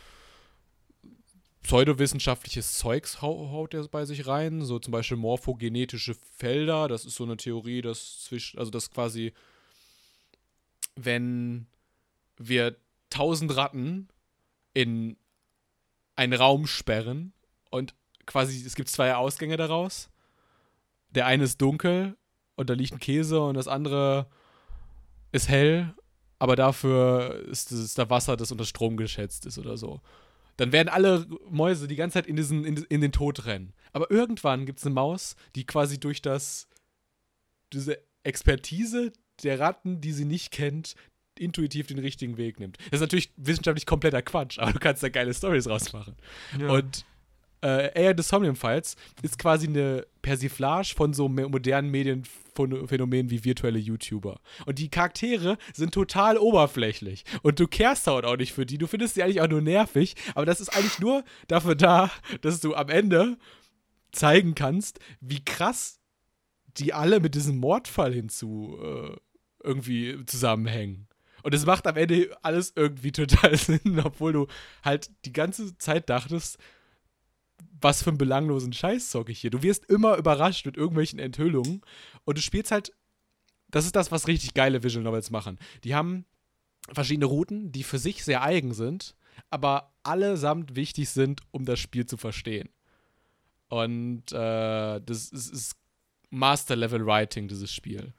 pseudowissenschaftliches Zeugs, hau haut er bei sich rein. So zum Beispiel morphogenetische Felder. Das ist so eine Theorie, dass zwischen, also das quasi, wenn wir tausend Ratten in einen Raum sperren und quasi, es gibt zwei Ausgänge daraus. Der eine ist dunkel und da liegt ein Käse und das andere ist hell, aber dafür ist, ist da Wasser, das unter Strom geschätzt ist oder so. Dann werden alle Mäuse die ganze Zeit in, diesen, in, in den Tod rennen. Aber irgendwann gibt es eine Maus, die quasi durch das diese Expertise der Ratten, die sie nicht kennt, intuitiv den richtigen Weg nimmt. Das ist natürlich wissenschaftlich kompletter Quatsch, aber du kannst da geile Storys rausmachen. Ja. Und äh, A I The Somnium Files ist quasi eine Persiflage von so me- modernen Medienphänomenen wie virtuelle YouTuber. Und die Charaktere sind total oberflächlich. Und du kehrst halt auch nicht für die. Du findest sie eigentlich auch nur nervig. Aber das ist eigentlich nur dafür da, dass du am Ende zeigen kannst, wie krass die alle mit diesem Mordfall hinzu äh, irgendwie zusammenhängen. Und es macht am Ende alles irgendwie total Sinn, obwohl du halt die ganze Zeit dachtest, was für einen belanglosen Scheiß zocke ich hier. Du wirst immer überrascht mit irgendwelchen Enthüllungen und du spielst halt, das ist das, was richtig geile Visual Novels machen. Die haben verschiedene Routen, die für sich sehr eigen sind, aber allesamt wichtig sind, um das Spiel zu verstehen. Und äh, das ist, ist Master-Level-Writing, dieses Spiel.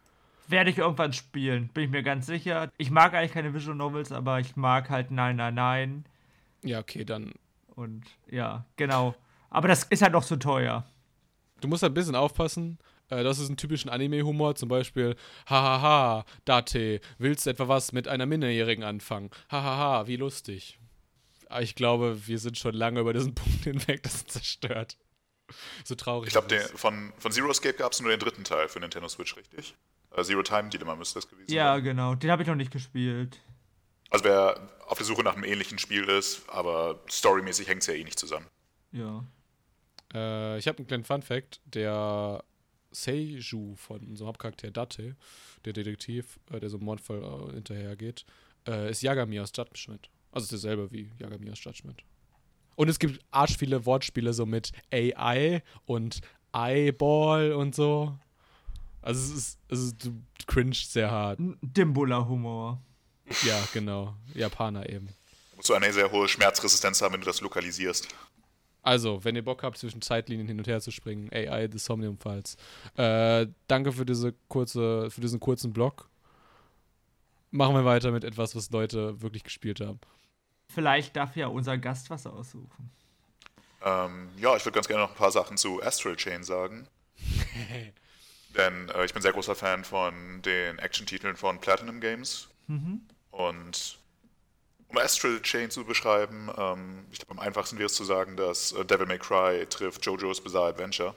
Werde ich irgendwann spielen, bin ich mir ganz sicher. Ich mag eigentlich keine Visual Novels, aber ich mag halt nein, nein, nein. Ja, okay, dann. Und ja, genau. Aber das ist halt noch zu teuer. Du musst halt ein bisschen aufpassen. Äh, das ist ein typischen Anime-Humor, zum Beispiel, hahaha, Date, willst du etwa was mit einer Minderjährigen anfangen? Hahaha, wie lustig. Aber ich glaube, wir sind schon lange über diesen Punkt hinweg, das ist zerstört. So traurig. Ich glaube, ist es. von, von Zero Escape gab es nur den dritten Teil für Nintendo Switch, richtig? Äh, Zero Time Dilemma müsste das gewesen Ja, sein. genau. Den habe ich noch nicht gespielt. Also wer auf der Suche nach einem ähnlichen Spiel ist, aber storymäßig hängt es ja eh nicht zusammen. Ja. Äh, ich habe einen kleinen Fun-Fact. Der Seiju von unserem Hauptcharakter Date, der Detektiv, äh, der so einem Mordfall äh, hinterhergeht, äh, ist Yagami aus Judgment. Also ist derselbe wie Yagami aus Judgment. Und es gibt arsch viele Wortspiele so mit A I und Eyeball und so. Also es ist, es ist du cringest sehr hart. Dimbula-Humor. Ja, genau. Japaner eben. Da musst du eine sehr hohe Schmerzresistenz haben, wenn du das lokalisierst. Also, wenn ihr Bock habt, zwischen Zeitlinien hin und her zu springen, A I des Somnium-Files. Äh, danke für diese kurze, für diesen kurzen Blog. Machen wir weiter mit etwas, was Leute wirklich gespielt haben. Vielleicht darf ja unser Gast was aussuchen. Ähm, ja, ich würde ganz gerne noch ein paar Sachen zu Astral Chain sagen. Denn äh, ich bin sehr großer Fan von den Action-Titeln von Platinum Games. Mhm. Und um Astral Chain zu beschreiben, ähm, ich glaube, am einfachsten wäre es zu sagen, dass äh, Devil May Cry trifft JoJo's Bizarre Adventure.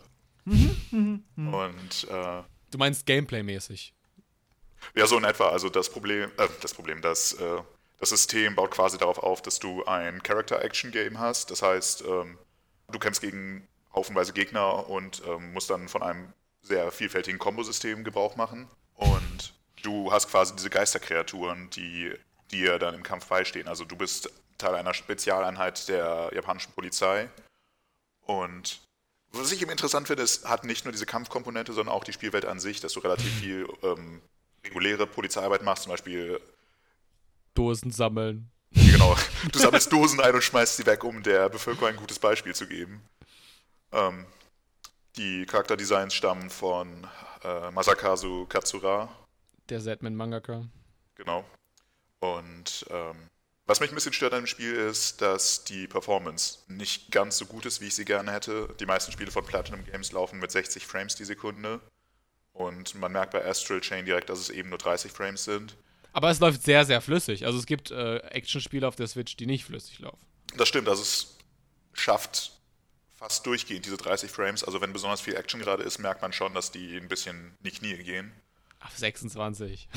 Und äh, Du meinst Gameplay-mäßig. ja, so in etwa. Also das Problem, äh, das Problem, das, äh, das System baut quasi darauf auf, dass du ein Character-Action-Game hast. Das heißt, ähm, du kämpfst gegen haufenweise Gegner und ähm, musst dann von einem sehr vielfältigen Kombosystem Gebrauch machen. Und du hast quasi diese Geisterkreaturen, die dir dann im Kampf beistehen. Also du bist Teil einer Spezialeinheit der japanischen Polizei. Und was ich eben interessant finde, es hat nicht nur diese Kampfkomponente, sondern auch die Spielwelt an sich, dass du relativ viel ähm, reguläre Polizeiarbeit machst, zum Beispiel, Dosen sammeln. genau, du sammelst Dosen ein und schmeißt sie weg, um der Bevölkerung ein gutes Beispiel zu geben. Ähm, die Charakterdesigns stammen von äh, Masakazu Katsura, Der Zetman-Mangaka. genau. Und ähm, was mich ein bisschen stört an dem Spiel ist, dass die Performance nicht ganz so gut ist, wie ich sie gerne hätte. Die meisten Spiele von Platinum Games laufen mit sechzig Frames die Sekunde. Und man merkt bei Astral Chain direkt, dass es eben nur dreißig Frames sind. Aber es läuft sehr, sehr flüssig. Also es gibt äh, Actionspiele auf der Switch, die nicht flüssig laufen. Das stimmt, also es schafft fast durchgehend diese dreißig Frames. Also wenn besonders viel Action gerade ist, merkt man schon, dass die ein bisschen in die Knie gehen. Ach, sechsundzwanzig.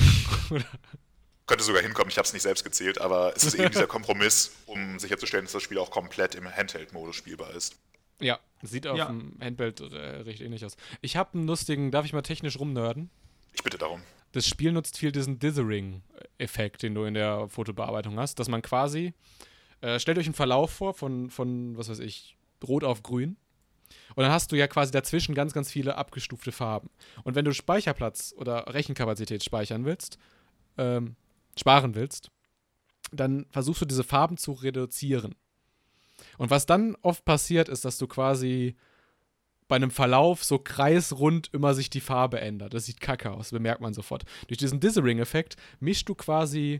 Könnte sogar hinkommen, ich habe es nicht selbst gezählt, aber es ist eben dieser Kompromiss, um sicherzustellen, dass das Spiel auch komplett im Handheld-Modus spielbar ist. Ja, sieht auf Ja. dem Handbild äh, recht ähnlich aus. Ich habe einen lustigen, darf ich mal technisch rumnörden? Ich bitte darum. Das Spiel nutzt viel diesen Dithering-Effekt, den du in der Fotobearbeitung hast, dass man quasi, äh, stellt euch einen Verlauf vor von, von, was weiß ich, rot auf grün. Und dann hast du ja quasi dazwischen ganz, ganz viele abgestufte Farben. Und wenn du Speicherplatz oder Rechenkapazität speichern willst, ähm, sparen willst, dann versuchst du diese Farben zu reduzieren. Und was dann oft passiert, ist, dass du quasi bei einem Verlauf so kreisrund immer sich die Farbe ändert. Das sieht kacke aus, bemerkt man sofort. Durch diesen Dithering-Effekt mischst du quasi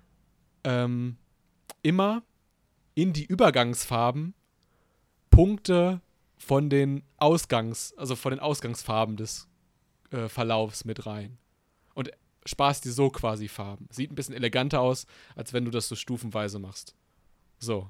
ähm, immer in die Übergangsfarben Punkte von den Ausgangs, also von den Ausgangsfarben des äh, Verlaufs mit rein. Und sparst dir so quasi Farben. Sieht ein bisschen eleganter aus, als wenn du das so stufenweise machst. So.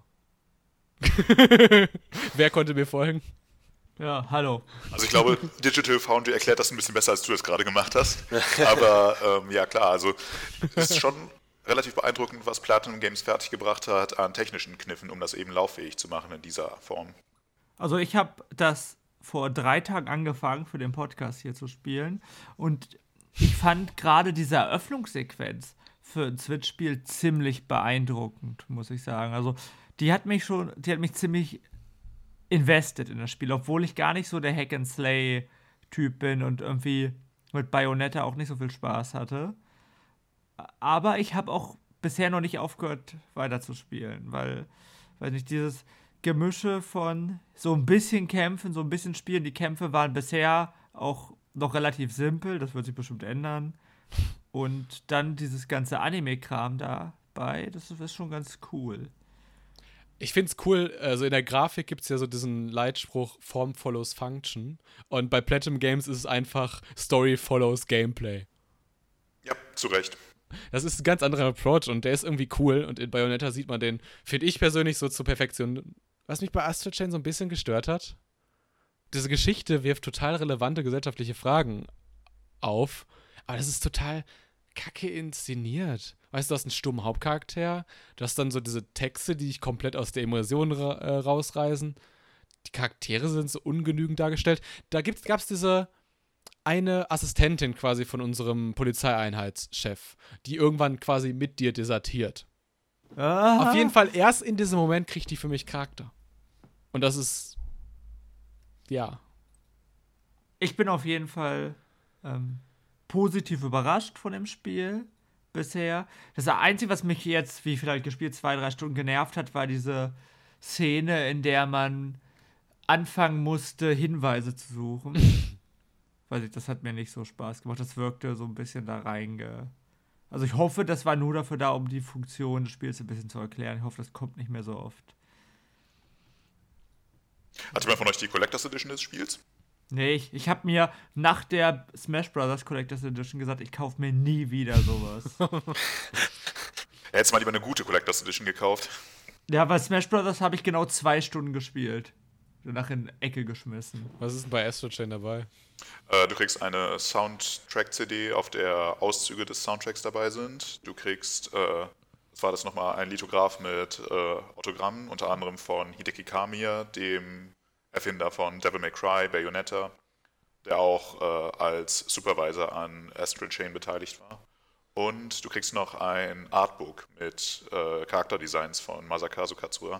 Wer konnte mir folgen? Ja, hallo. Also ich glaube, Digital Foundry erklärt das ein bisschen besser, als du das gerade gemacht hast. Aber ähm, ja klar, also es ist schon relativ beeindruckend, was Platinum Games fertiggebracht hat an technischen Kniffen, um das eben lauffähig zu machen in dieser Form. Also ich habe das vor drei Tagen angefangen, für den Podcast hier zu spielen. Und ich fand gerade diese Eröffnungssequenz für ein Switch-Spiel ziemlich beeindruckend, muss ich sagen. Also die hat mich schon, die hat mich ziemlich invested in das Spiel, obwohl ich gar nicht so der Hack-and-Slay-Typ bin und irgendwie mit Bayonetta auch nicht so viel Spaß hatte. Aber ich habe auch bisher noch nicht aufgehört, weiterzuspielen, weil, weiß nicht, dieses Gemische von so ein bisschen Kämpfen, so ein bisschen Spielen. Die Kämpfe waren bisher auch noch relativ simpel, das wird sich bestimmt ändern. Und dann dieses ganze Anime-Kram dabei, das ist schon ganz cool. Ich find's cool, also in der Grafik gibt's ja so diesen Leitspruch Form follows Function und bei Platinum Games ist es einfach Story follows Gameplay. Ja, zu Recht. Das ist ein ganz anderer Approach und der ist irgendwie cool und in Bayonetta sieht man den, finde ich persönlich, so zur Perfektion. Was mich bei Astral Chain so ein bisschen gestört hat, diese Geschichte wirft total relevante gesellschaftliche Fragen auf, aber das ist total kacke inszeniert. Weißt du, du hast einen stummen Hauptcharakter, du hast dann so diese Texte, die dich komplett aus der Immersion ra- äh, rausreißen. Die Charaktere sind so ungenügend dargestellt. Da gab es diese eine Assistentin quasi von unserem Polizeieinheitschef, die irgendwann quasi mit dir desertiert. Aha. Auf jeden Fall erst in diesem Moment kriegt die für mich Charakter. Und das ist, ja. Ich bin auf jeden Fall ähm, positiv überrascht von dem Spiel bisher. Das Einzige, was mich jetzt, wie vielleicht gespielt, zwei, drei Stunden genervt hat, war diese Szene, in der man anfangen musste, Hinweise zu suchen. Weiß ich, das hat mir nicht so Spaß gemacht. Das wirkte so ein bisschen da reinge... Also ich hoffe, das war nur dafür da, um die Funktion des Spiels ein bisschen zu erklären. Ich hoffe, das kommt nicht mehr so oft. Hat jemand von euch die Collectors Edition des Spiels? Nee, ich, ich habe mir nach der Smash Bros. Collectors Edition gesagt, ich kaufe mir nie wieder sowas. Hättest mal lieber eine gute Collectors Edition gekauft. Ja, bei Smash Bros. Habe ich genau zwei Stunden gespielt. Danach in die Ecke geschmissen. Was ist denn bei Astral Chain dabei? Äh, du kriegst eine Soundtrack-C D, auf der Auszüge des Soundtracks dabei sind. Du kriegst, äh, was war das nochmal, ein Lithograph mit äh, Autogrammen, unter anderem von Hideki Kamiya, dem Erfinder von Devil May Cry, Bayonetta, der auch äh, als Supervisor an Astral Chain beteiligt war. Und du kriegst noch ein Artbook mit äh, Charakterdesigns von Masakazu Katsura.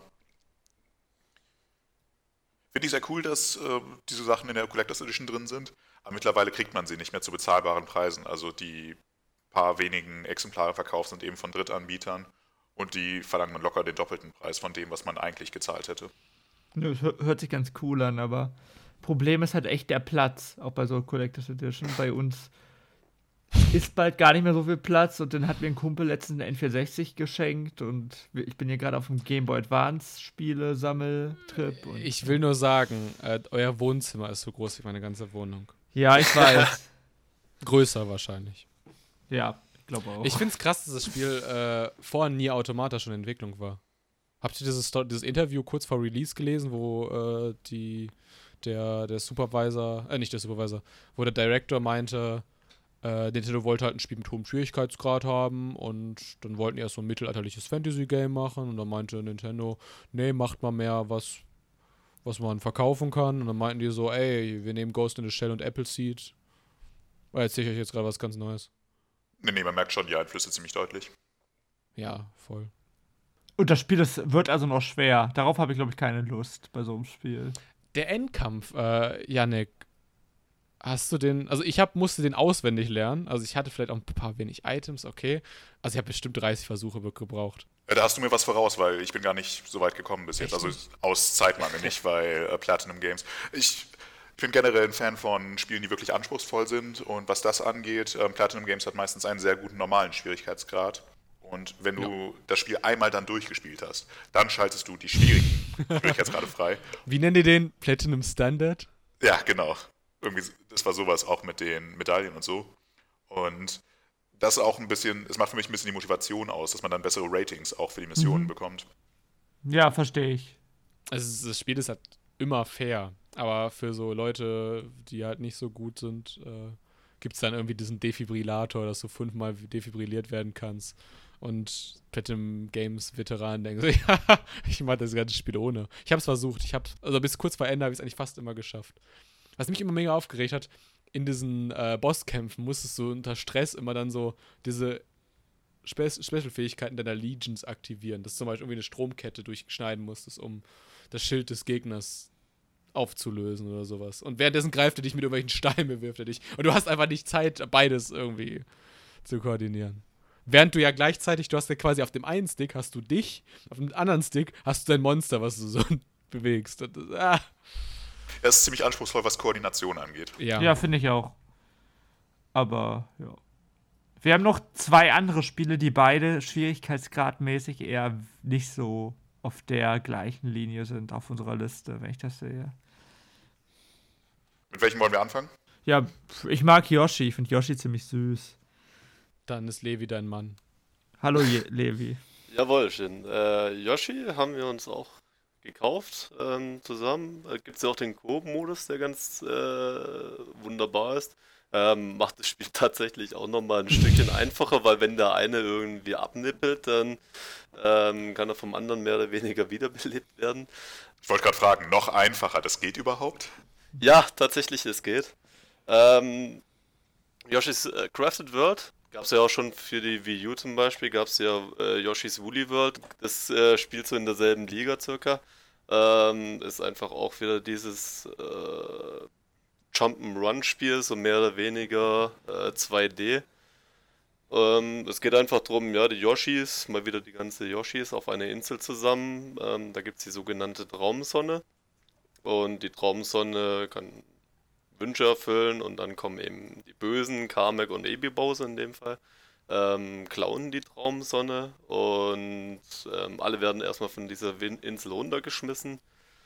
Finde ich sehr cool, dass äh, diese Sachen in der Collectors Edition drin sind, aber mittlerweile kriegt man sie nicht mehr zu bezahlbaren Preisen. Also die paar wenigen Exemplare verkauft sind eben von Drittanbietern und die verlangen man locker den doppelten Preis von dem, was man eigentlich gezahlt hätte. Nö, das hör- hört sich ganz cool an, aber Problem ist halt echt der Platz, auch bei so Collectors Edition. Bei uns ist bald gar nicht mehr so viel Platz und dann hat mir ein Kumpel letztens eine N vierhundertsechzig geschenkt und ich bin hier gerade auf dem Game Boy Advance Spiele-Sammeltrip. Und Ich will nur sagen, äh, euer Wohnzimmer ist so groß wie meine ganze Wohnung. ja, ich weiß. Größer wahrscheinlich. Ja, ich glaube auch. Ich finde es krass, dass das Spiel äh, vor Nier Automata schon in Entwicklung war. Habt ihr dieses, Sto- dieses Interview kurz vor Release gelesen, wo äh, die, der, der Supervisor, äh, nicht der Supervisor, wo der Director meinte, äh, Nintendo wollte halt ein Spiel mit hohem Schwierigkeitsgrad haben und dann wollten die erst so ein mittelalterliches Fantasy-Game machen und dann meinte Nintendo, nee, macht mal mehr was, was man verkaufen kann. Und dann meinten die so, ey, wir nehmen Ghost in the Shell und Appleseed. Oh, erzähle ich euch jetzt gerade was ganz Neues. Nee, nee, man merkt schon die Einflüsse ziemlich deutlich. Ja, voll. Und das Spiel das wird also noch schwer. Darauf habe ich, glaube ich, keine Lust bei so einem Spiel. Der Endkampf, äh, Yannick, hast du den, also ich hab, musste den auswendig lernen, also ich hatte vielleicht auch ein paar wenig Items, okay, also ich habe bestimmt dreißig Versuche gebraucht. Ja, da hast du mir was voraus, weil ich bin gar nicht so weit gekommen bis jetzt. Echt Also nicht? aus Zeitmangel, nicht weil äh, Platinum Games. Ich bin generell ein Fan von Spielen, die wirklich anspruchsvoll sind. Und was das angeht, ähm, Platinum Games hat meistens einen sehr guten normalen Schwierigkeitsgrad. Und wenn du das Spiel einmal dann durchgespielt hast, dann schaltest du die schwierigen Schwierigkeitsgrade frei. Wie nennen die den? Platinum Standard? Ja, genau. Irgendwie, das war sowas auch mit den Medaillen und so. Und das auch ein bisschen, es macht für mich ein bisschen die Motivation aus, dass man dann bessere Ratings auch für die Missionen Mhm. bekommt. Ja, verstehe ich. Also das Spiel ist halt immer fair, aber für so Leute, die halt nicht so gut sind, äh, gibt es dann irgendwie diesen Defibrillator, dass du fünfmal defibrilliert werden kannst. Und Platinum Games Veteranen denken so, ja, ich mache das ganze Spiel ohne. Ich habe es versucht, ich habe also bis kurz vor Ende habe ich es eigentlich fast immer geschafft. Was mich immer mega aufgeregt hat, in diesen äh, Bosskämpfen musstest du unter Stress immer dann so diese Spe Special-Fähigkeiten deiner Legions aktivieren, dass du zum Beispiel irgendwie eine Stromkette durchschneiden musstest, um das Schild des Gegners aufzulösen oder sowas. Und währenddessen greift er dich mit irgendwelchen Steinen, bewirft er dich. Und du hast einfach nicht Zeit, beides irgendwie zu koordinieren. Während du ja gleichzeitig, du hast ja quasi auf dem einen Stick hast du dich, auf dem anderen Stick hast du dein Monster, was du so bewegst. Und, das- ah, Das ist ziemlich anspruchsvoll, was Koordination angeht. ja. Ja, finde ich auch. Aber, ja. Wir haben noch zwei andere Spiele, die beide schwierigkeitsgradmäßig eher nicht so auf der gleichen Linie sind auf unserer Liste, wenn ich das sehe. Mit welchem wollen wir anfangen? Ja, ich mag Yoshi. Ich finde Yoshi ziemlich süß. Dann ist Levi dein Mann. Hallo, Je- Levi. Jawohl, schön. Äh, Yoshi haben wir uns auch gekauft ähm, zusammen. Da gibt es ja auch den Koop-Modus, der ganz äh, wunderbar ist. Ähm, macht das Spiel tatsächlich auch nochmal ein Stückchen einfacher, weil wenn der eine irgendwie abnippelt, dann ähm, kann er vom anderen mehr oder weniger wiederbelebt werden. Ich wollte gerade fragen, noch einfacher, das geht überhaupt? Ja, tatsächlich, es geht. Ähm, Yoshi's äh, Crafted World gab es ja auch schon für die Wii U zum Beispiel, gab es ja äh, Yoshi's Woolly World. Das äh, spielt so in derselben Liga circa. Ähm, ist einfach auch wieder dieses äh, Jump'n'Run-Spiel, so mehr oder weniger äh, zwei D. Ähm, es geht einfach darum, ja, die Yoshis, mal wieder die ganze Yoshis auf einer Insel zusammen. Ähm, da gibt es die sogenannte Traumsonne. Und die Traumsonne kann Wünsche erfüllen und dann kommen eben die Bösen, Kamek und Ebi Bowser in dem Fall, ähm, klauen die Traumsonne und ähm, alle werden erstmal von dieser Win Insel runtergeschmissen.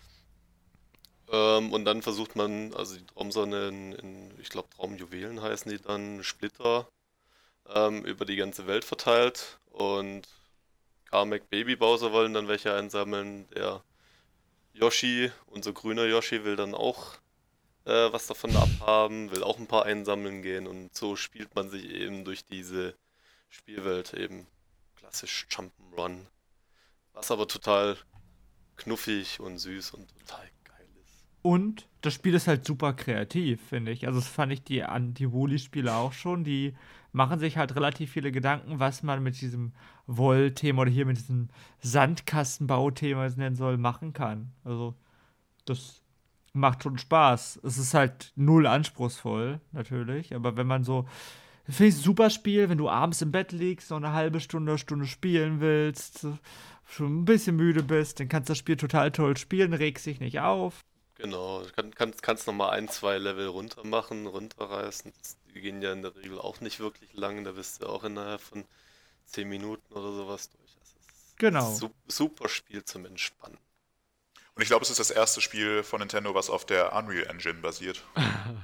Ähm, und dann versucht man, also die Traumsonne in, in ich glaube Traumjuwelen heißen die dann, Splitter, ähm, über die ganze Welt verteilt und Kamek, Baby Bowser wollen dann welche einsammeln. Der Yoshi, unser grüner Yoshi, will dann auch äh, was davon abhaben, will auch ein paar einsammeln gehen und so spielt man sich eben durch diese Spielwelt eben klassisch Jump'n'Run, was aber total knuffig und süß und total geil ist. Und das Spiel ist halt super kreativ, finde ich. Also das fand ich die an die Woolly-Spiele auch schon. Die machen sich halt relativ viele Gedanken, was man mit diesem Woll-Thema oder hier mit diesem Sandkastenbau-Thema, es nennen soll, machen kann. Also das macht schon Spaß. Es ist halt null anspruchsvoll, natürlich. Aber wenn man so, finde ich ein super Spiel, wenn du abends im Bett liegst, noch eine halbe Stunde, Stunde spielen willst, schon ein bisschen müde bist, dann kannst du das Spiel total toll spielen, regst dich nicht auf. Genau, du kann, kannst, kannst nochmal ein, zwei Level runter machen, runterreißen. Das, die gehen ja in der Regel auch nicht wirklich lang, da bist du auch innerhalb von zehn Minuten oder sowas durch. Das ist Genau. su super Spiel zum Entspannen. Und ich glaube, es ist das erste Spiel von Nintendo, was auf der Unreal Engine basiert. man,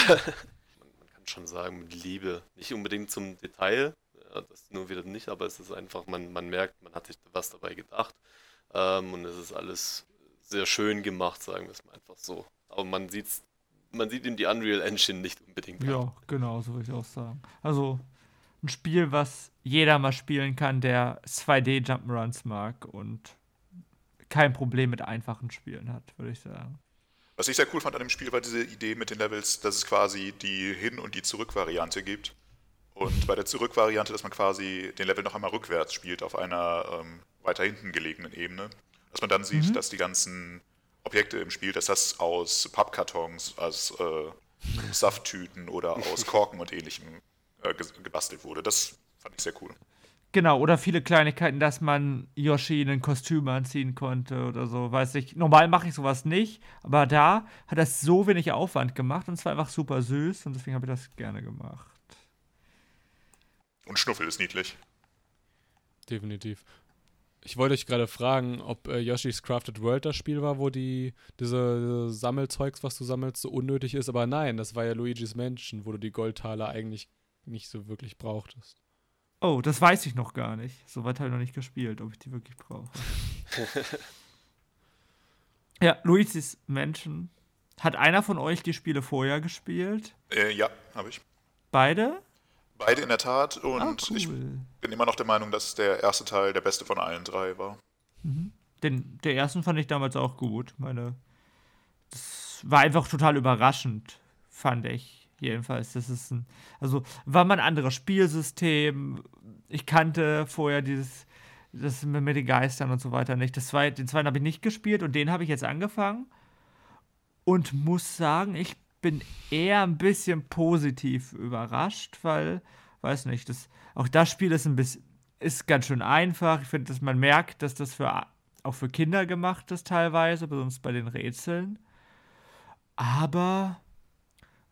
man kann schon sagen, mit Liebe. Nicht unbedingt zum Detail, ja, das nur wieder nicht, aber es ist einfach, man, man merkt, man hat sich was dabei gedacht. Ähm, und es ist alles sehr schön gemacht, sagen wir es mal einfach so. Aber man sieht's, man sieht ihm die Unreal Engine nicht unbedingt an. Ja, genau, so würde ich auch sagen. Also ein Spiel, was jeder mal spielen kann, der zwei D Jump'n'Runs mag und kein Problem mit einfachen Spielen hat, würde ich sagen. Was ich sehr cool fand an dem Spiel, war diese Idee mit den Levels, dass es quasi die Hin- und die Zurück-Variante gibt. Und bei der Zurück-Variante, dass man quasi den Level noch einmal rückwärts spielt auf einer ähm, weiter hinten gelegenen Ebene. Dass man dann sieht, Mhm. dass die ganzen Objekte im Spiel, dass das aus Pappkartons, aus äh, Safttüten oder aus Korken und ähnlichem äh, ge gebastelt wurde. Das fand ich sehr cool. Genau, oder viele Kleinigkeiten, dass man Yoshi ein Kostüm anziehen konnte oder so, weiß ich. Normal mache ich sowas nicht, aber da hat das so wenig Aufwand gemacht und es war einfach super süß und deswegen habe ich das gerne gemacht. Und Schnuffel ist niedlich. Definitiv. Ich wollte euch gerade fragen, ob äh, Yoshi's Crafted World das Spiel war, wo die diese Sammelzeugs, was du sammelst, so unnötig ist. Aber nein, das war ja Luigi's Mansion, wo du die Goldtaler eigentlich nicht so wirklich brauchtest. Oh, das weiß ich noch gar nicht. Soweit habe ich noch nicht gespielt, ob ich die wirklich brauche. Ja, Luigi's Mansion. Hat einer von euch die Spiele vorher gespielt? Äh, ja, habe ich. Beide? Beide in der Tat und Ah, ich cool. bin immer noch der Meinung, dass der erste Teil der beste von allen drei war. Den, der ersten fand ich damals auch gut. Meine, das war einfach total überraschend, fand ich. Jedenfalls, das ist ein, also war mal ein anderes Spielsystem. Ich kannte vorher dieses, das mit mit den Geistern und so weiter nicht. Das zwei, den zweiten habe ich nicht gespielt und den habe ich jetzt angefangen und muss sagen, ich bin eher ein bisschen positiv überrascht, weil, weiß nicht, das, auch das Spiel ist ein bisschen, ist ganz schön einfach. Ich finde, dass man merkt, dass das für, auch für Kinder gemacht ist teilweise, besonders bei den Rätseln. Aber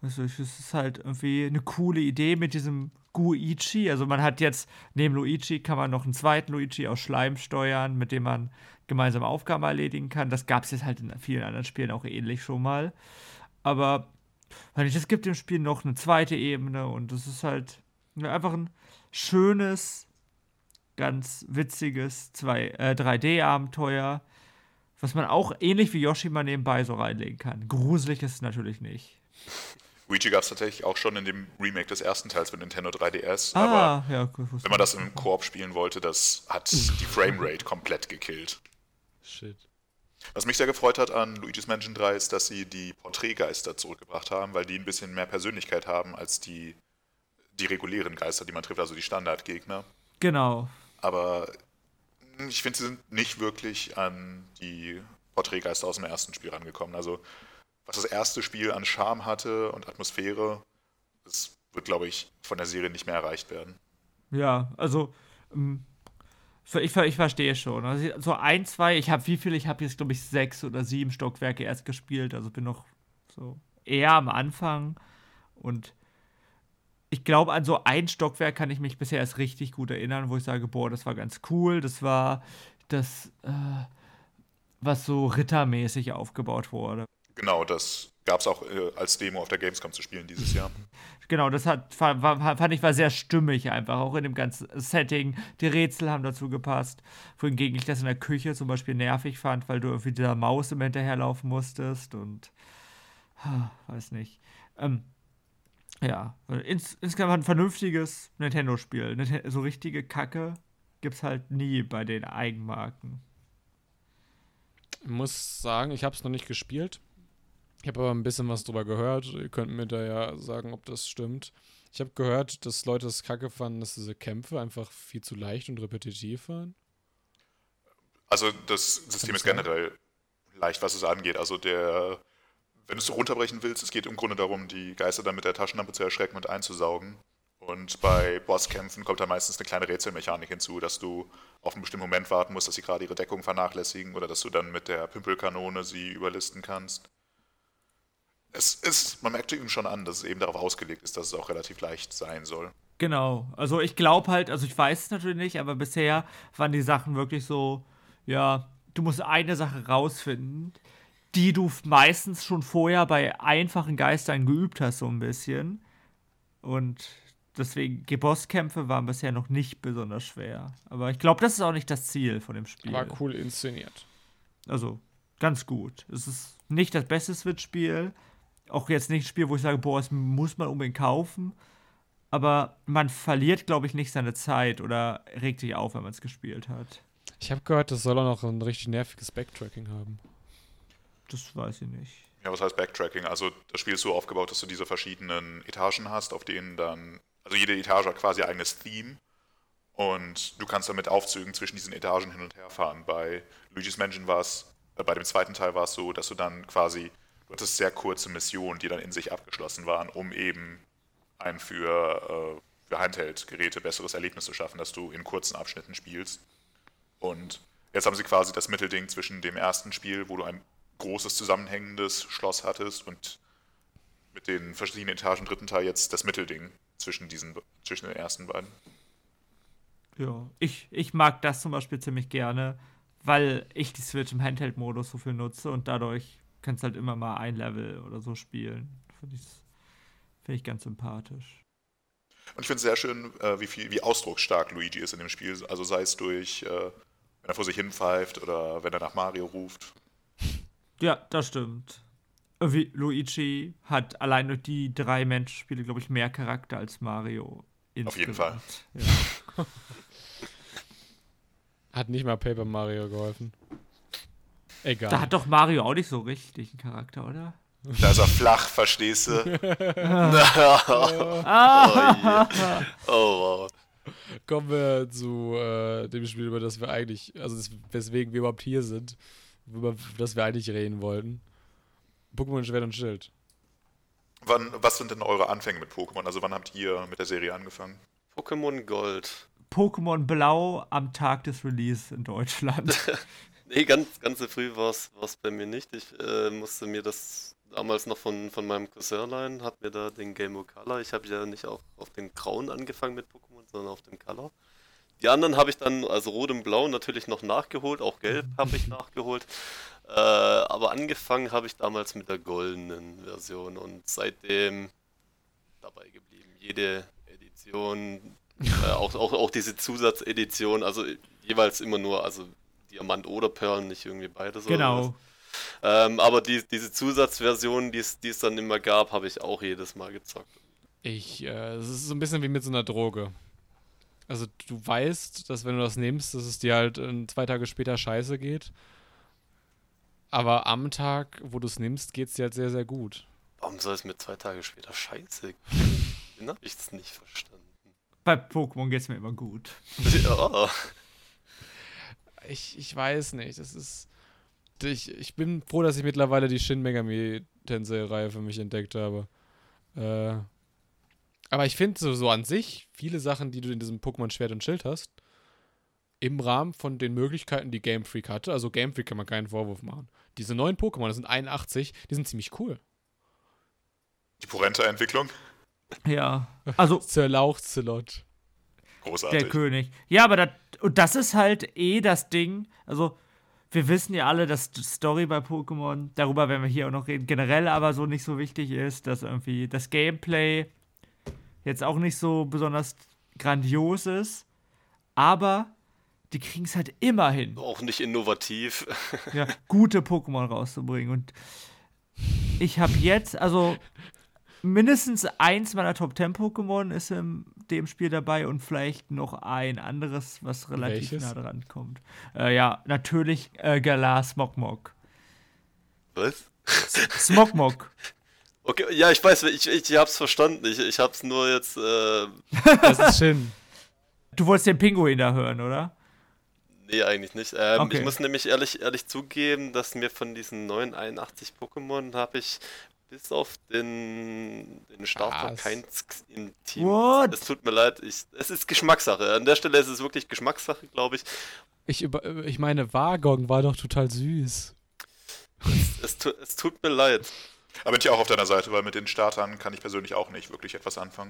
Also es ist halt irgendwie eine coole Idee mit diesem Guichi. Also man hat jetzt, neben Luigi kann man noch einen zweiten Luigi aus Schleim steuern, mit dem man gemeinsame Aufgaben erledigen kann. Das gab es jetzt halt in vielen anderen Spielen auch ähnlich schon mal. Aber es gibt im Spiel noch eine zweite Ebene und das ist halt einfach ein schönes, ganz witziges äh, drei D-Abenteuer, was man auch ähnlich wie Yoshi mal nebenbei so reinlegen kann. Gruselig ist es natürlich nicht. Luigi gab es tatsächlich auch schon in dem Remake des ersten Teils für Nintendo drei D S, Ah, aber ja, gut, wenn man das im Koop spielen wollte, das hat die Framerate komplett gekillt. Shit. Was mich sehr gefreut hat an Luigi's Mansion drei ist, dass sie die Porträtgeister zurückgebracht haben, weil die ein bisschen mehr Persönlichkeit haben als die, die regulären Geister, die man trifft, also die Standardgegner. Genau. Aber ich finde, sie sind nicht wirklich an die Porträtgeister aus dem ersten Spiel rangekommen. Also, was das erste Spiel an Charme hatte und Atmosphäre, das wird, glaube ich, von der Serie nicht mehr erreicht werden. Ja, also ähm, ich, ich verstehe schon. Also so ein, zwei, ich habe wie viel? Ich habe jetzt, glaube ich, sechs oder sieben Stockwerke erst gespielt. Also bin noch so eher am Anfang. Und ich glaube, an so ein Stockwerk kann ich mich bisher erst richtig gut erinnern, wo ich sage, boah, das war ganz cool. Das war das, äh, was so rittermäßig aufgebaut wurde. Genau, das gab es auch äh, als Demo auf der Gamescom zu spielen dieses Jahr. Genau, das hat, war, war, fand ich war sehr stimmig einfach, auch in dem ganzen Setting. Die Rätsel haben dazu gepasst. Wohingegen ich das in der Küche zum Beispiel nervig fand, weil du irgendwie dieser Maus immer hinterherlaufen musstest und ha, weiß nicht. Ähm, ja, ins, insgesamt ein vernünftiges Nintendo-Spiel. Nint- So richtige Kacke gibt's halt nie bei den Eigenmarken. Ich muss sagen, ich habe es noch nicht gespielt. Ich habe aber ein bisschen was drüber gehört. Ihr könnt mir da ja sagen, ob das stimmt. Ich habe gehört, dass Leute es kacke fanden, dass diese Kämpfe einfach viel zu leicht und repetitiv waren. Also das System ist generell leicht, was es angeht. Also der, wenn du es so runterbrechen willst, es geht im Grunde darum, die Geister dann mit der Taschenlampe zu erschrecken und einzusaugen. Und bei Bosskämpfen kommt da meistens eine kleine Rätselmechanik hinzu, dass du auf einen bestimmten Moment warten musst, dass sie gerade ihre Deckung vernachlässigen oder dass du dann mit der Pimpelkanone sie überlisten kannst. Es ist, man merkt eben schon an, dass es eben darauf ausgelegt ist, dass es auch relativ leicht sein soll. Genau, also ich glaube halt, also ich weiß es natürlich nicht, aber bisher waren die Sachen wirklich so, ja, du musst eine Sache rausfinden, die du meistens schon vorher bei einfachen Geistern geübt hast, so ein bisschen. Und deswegen, die Bosskämpfe waren bisher noch nicht besonders schwer. Aber ich glaube, das ist auch nicht das Ziel von dem Spiel. War cool inszeniert. Also, ganz gut. Es ist nicht das beste Switch-Spiel. Auch jetzt nicht ein Spiel, wo ich sage, boah, das muss man unbedingt kaufen. Aber man verliert, glaube ich, nicht seine Zeit oder regt sich auf, wenn man es gespielt hat. Ich habe gehört, das soll auch noch ein richtig nerviges Backtracking haben. Das weiß ich nicht. Ja, was heißt Backtracking? Also das Spiel ist so aufgebaut, dass du diese verschiedenen Etagen hast, auf denen dann, also jede Etage hat quasi ein eigenes Theme und du kannst dann mit Aufzügen zwischen diesen Etagen hin und her fahren. Bei Luigi's Mansion war es, äh, bei dem zweiten Teil war es so, dass du dann quasi, du hattest sehr kurze Missionen, die dann in sich abgeschlossen waren, um eben ein für, äh, für Handheld-Geräte besseres Erlebnis zu schaffen, dass du in kurzen Abschnitten spielst. Und jetzt haben sie quasi das Mittelding zwischen dem ersten Spiel, wo du ein großes zusammenhängendes Schloss hattest und mit den verschiedenen Etagen im dritten Teil jetzt das Mittelding zwischen diesen zwischen den ersten beiden. Ja, ich, ich mag das zum Beispiel ziemlich gerne, weil ich die Switch im Handheld-Modus so viel nutze und dadurch kannst du halt immer mal ein Level oder so spielen. Finde ich, find ich ganz sympathisch. Und ich finde es sehr schön, äh, wie viel, wie ausdrucksstark Luigi ist in dem Spiel. Also sei es durch, äh, wenn er vor sich hin pfeift oder wenn er nach Mario ruft. Ja, das stimmt. Irgendwie Luigi hat allein durch die drei Menschenspiele, glaube ich, mehr Charakter als Mario. Auf jeden Fall. Ja. Hat nicht mal Paper Mario geholfen. Egal. Da hat doch Mario auch nicht so richtig einen Charakter, oder? Da ist er flach, verstehst du? Oh, wow. Kommen wir zu äh, dem Spiel, über das wir eigentlich, also das, weswegen wir überhaupt hier sind, über das wir eigentlich reden wollten. Pokémon Schwert und Schild. Wann, was sind denn eure Anfänge mit Pokémon? Also wann habt ihr mit der Serie angefangen? Pokémon Gold. Pokémon Blau am Tag des Release in Deutschland. Nee, ganz, ganz so früh war es bei mir nicht. Ich äh, musste mir das damals noch von, von meinem Cousinlein, hat mir da den Game Boy Color. Ich habe ja nicht auf, auf den grauen angefangen mit Pokémon, sondern auf dem Color. Die anderen habe ich dann, also rot und blau, natürlich noch nachgeholt, auch gelb habe ich nachgeholt. Äh, aber angefangen habe ich damals mit der goldenen Version und seitdem dabei geblieben. Jede Edition, äh, auch, auch, auch diese Zusatzedition, also jeweils immer nur, also Diamant oder Perlen, nicht irgendwie beides. Genau. Oder was. Ähm, aber die, diese Zusatzversion, die es die es dann immer gab, habe ich auch jedes Mal gezockt. Ich, äh, es ist so ein bisschen wie mit so einer Droge. Also du weißt, dass wenn du das nimmst, dass es dir halt äh, zwei Tage später scheiße geht. Aber am Tag, wo du es nimmst, geht es dir halt sehr, sehr gut. Warum soll es mir zwei Tage später scheiße gehen? Den habe ich es nicht verstanden. Bei Pokémon geht's mir immer gut. Ja. Ich, ich weiß nicht, das ist... Ich, ich bin froh, dass ich mittlerweile die Shin Megami Tensei-Reihe für mich entdeckt habe. Äh... Aber ich finde so, so an sich, viele Sachen, die du in diesem Pokémon Schwert und Schild hast, im Rahmen von den Möglichkeiten, die Game Freak hatte, also Game Freak kann man keinen Vorwurf machen. Diese neuen Pokémon, das sind einundachtzig, die sind ziemlich cool. Die Porenta-Entwicklung, Ja, also Sir Lauchzelot. großartig. der König. Ja, aber das, und das ist halt eh das Ding, also wir wissen ja alle, dass die Story bei Pokémon, darüber werden wir hier auch noch reden, generell aber so nicht so wichtig ist, dass irgendwie das Gameplay jetzt auch nicht so besonders grandios ist, aber die kriegen es halt immer hin, Auch nicht innovativ. ja, gute Pokémon rauszubringen. Und ich habe jetzt, also mindestens eins meiner Top zehn Pokémon ist in dem Spiel dabei und vielleicht noch ein anderes, was relativ Welches? nah dran kommt. Äh, ja, natürlich äh, Galar Smogmog. Was? Smogmog. Okay, ja, ich weiß, ich, ich hab's verstanden. Ich, ich hab's nur jetzt. Äh, Das ist Shin. Du wolltest den Pinguin da hören, oder? nee, eigentlich nicht. Ähm, Okay. Ich muss nämlich ehrlich, ehrlich zugeben, dass mir von diesen neuen einundachtzig Pokémon habe ich bis auf den, den Starter Was? keins im Team. What? Es tut mir leid, ich, es ist Geschmackssache. An der Stelle ist es wirklich Geschmackssache, glaube ich. Ich, über, ich meine, Wagong war doch total süß. Es, tu, es tut mir leid. Da bin ich auch auf deiner Seite, weil mit den Startern kann ich persönlich auch nicht wirklich etwas anfangen.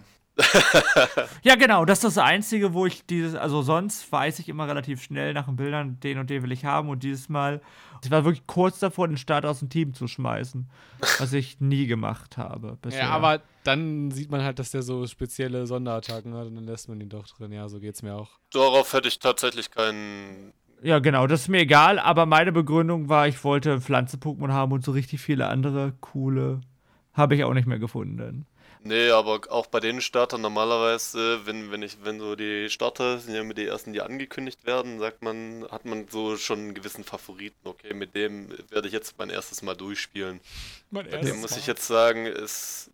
Ja, genau, das ist das Einzige, wo ich dieses, also sonst weiß ich immer relativ schnell nach den Bildern, den und den will ich haben und dieses Mal, ich war wirklich kurz davor, den Start aus dem Team zu schmeißen, was ich nie gemacht habe bisher. Ja, aber dann sieht man halt, dass der so spezielle Sonderattacken hat und dann lässt man ihn doch drin. Ja, so geht's mir auch. Darauf hätte ich tatsächlich keinen. Ja, genau, das ist mir egal, aber meine Begründung war, ich wollte Pflanzen-Pokémon haben und so richtig viele andere coole habe ich auch nicht mehr gefunden. Nee, aber auch bei den Startern normalerweise, wenn, wenn ich, wenn so die Starter sind ja immer die ersten, die angekündigt werden, sagt man, hat man so schon einen gewissen Favoriten. Okay, mit dem werde ich jetzt mein erstes Mal durchspielen. Mein Bei dem muss ich jetzt sagen, ist.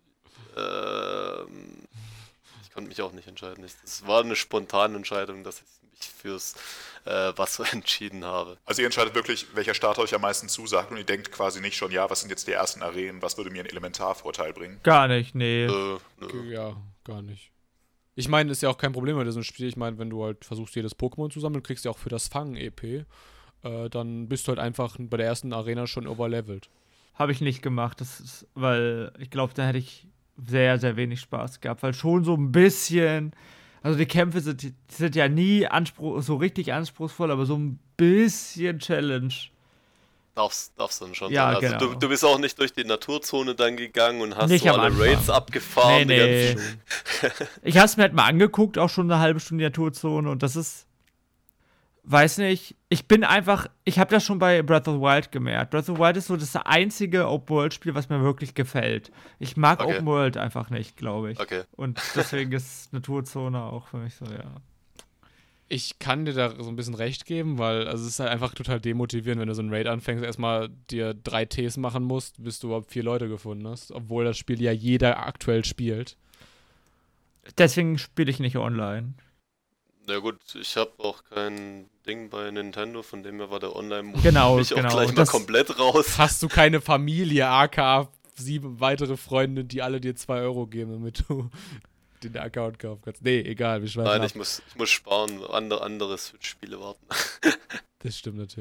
ähm, ich konnte mich auch nicht entscheiden. Es war eine spontane Entscheidung, dass ich mich fürs äh, Wasser entschieden habe. Also ihr entscheidet wirklich, welcher Starter euch am meisten zusagt und ihr denkt quasi nicht schon, ja, was sind jetzt die ersten Arenen, was würde mir einen Elementarvorteil bringen? Gar nicht, nee. Äh, nö. Ja, gar nicht. Ich meine, ist ja auch kein Problem bei diesem Spiel. Ich meine, wenn du halt versuchst, jedes Pokémon zu sammeln, kriegst du ja auch für das Fangen-E P, äh, dann bist du halt einfach bei der ersten Arena schon overlevelt. Habe ich nicht gemacht, das ist, weil ich glaube, da hätte ich sehr, sehr wenig Spaß gehabt, weil schon so ein bisschen, also die Kämpfe sind, die sind ja nie Anspruch, so richtig anspruchsvoll, aber so ein bisschen Challenge. Darf's, darf's dann schon Ja, sein. Also genau. du, du bist auch nicht durch die Naturzone dann gegangen und hast Nicht so am alle Anfang. Raids abgefahren. Nee, die nee. ganzen- Ich habe es mir halt mal angeguckt, auch schon eine halbe Stunde die Naturzone und das ist, weiß nicht, ich bin einfach, ich habe das schon bei Breath of the Wild gemerkt. Breath of the Wild ist so das einzige Open-World-Spiel, was mir wirklich gefällt. Ich mag Okay. Open World einfach nicht, glaube ich. Okay. Und deswegen ist Naturzone auch für mich so, ja. Ich kann dir da so ein bisschen recht geben, weil also es ist halt einfach total demotivierend, wenn du so ein Raid anfängst, erstmal dir drei Ts machen musst, bis du überhaupt vier Leute gefunden hast, obwohl das Spiel ja jeder aktuell spielt. Deswegen spiele ich nicht online. Na gut, ich habe auch kein Ding bei Nintendo, von dem her war der Online-Modus Genau, für mich genau. auch gleich mal Das- komplett raus. Hast du keine Familie, aka sieben weitere Freunde, die alle dir zwei Euro geben, damit du den Account kaufen kannst? Nee, egal, wir schweifen Nein, ab. ich muss, ich muss sparen, andere, andere Switch-Spiele warten. Das stimmt natürlich.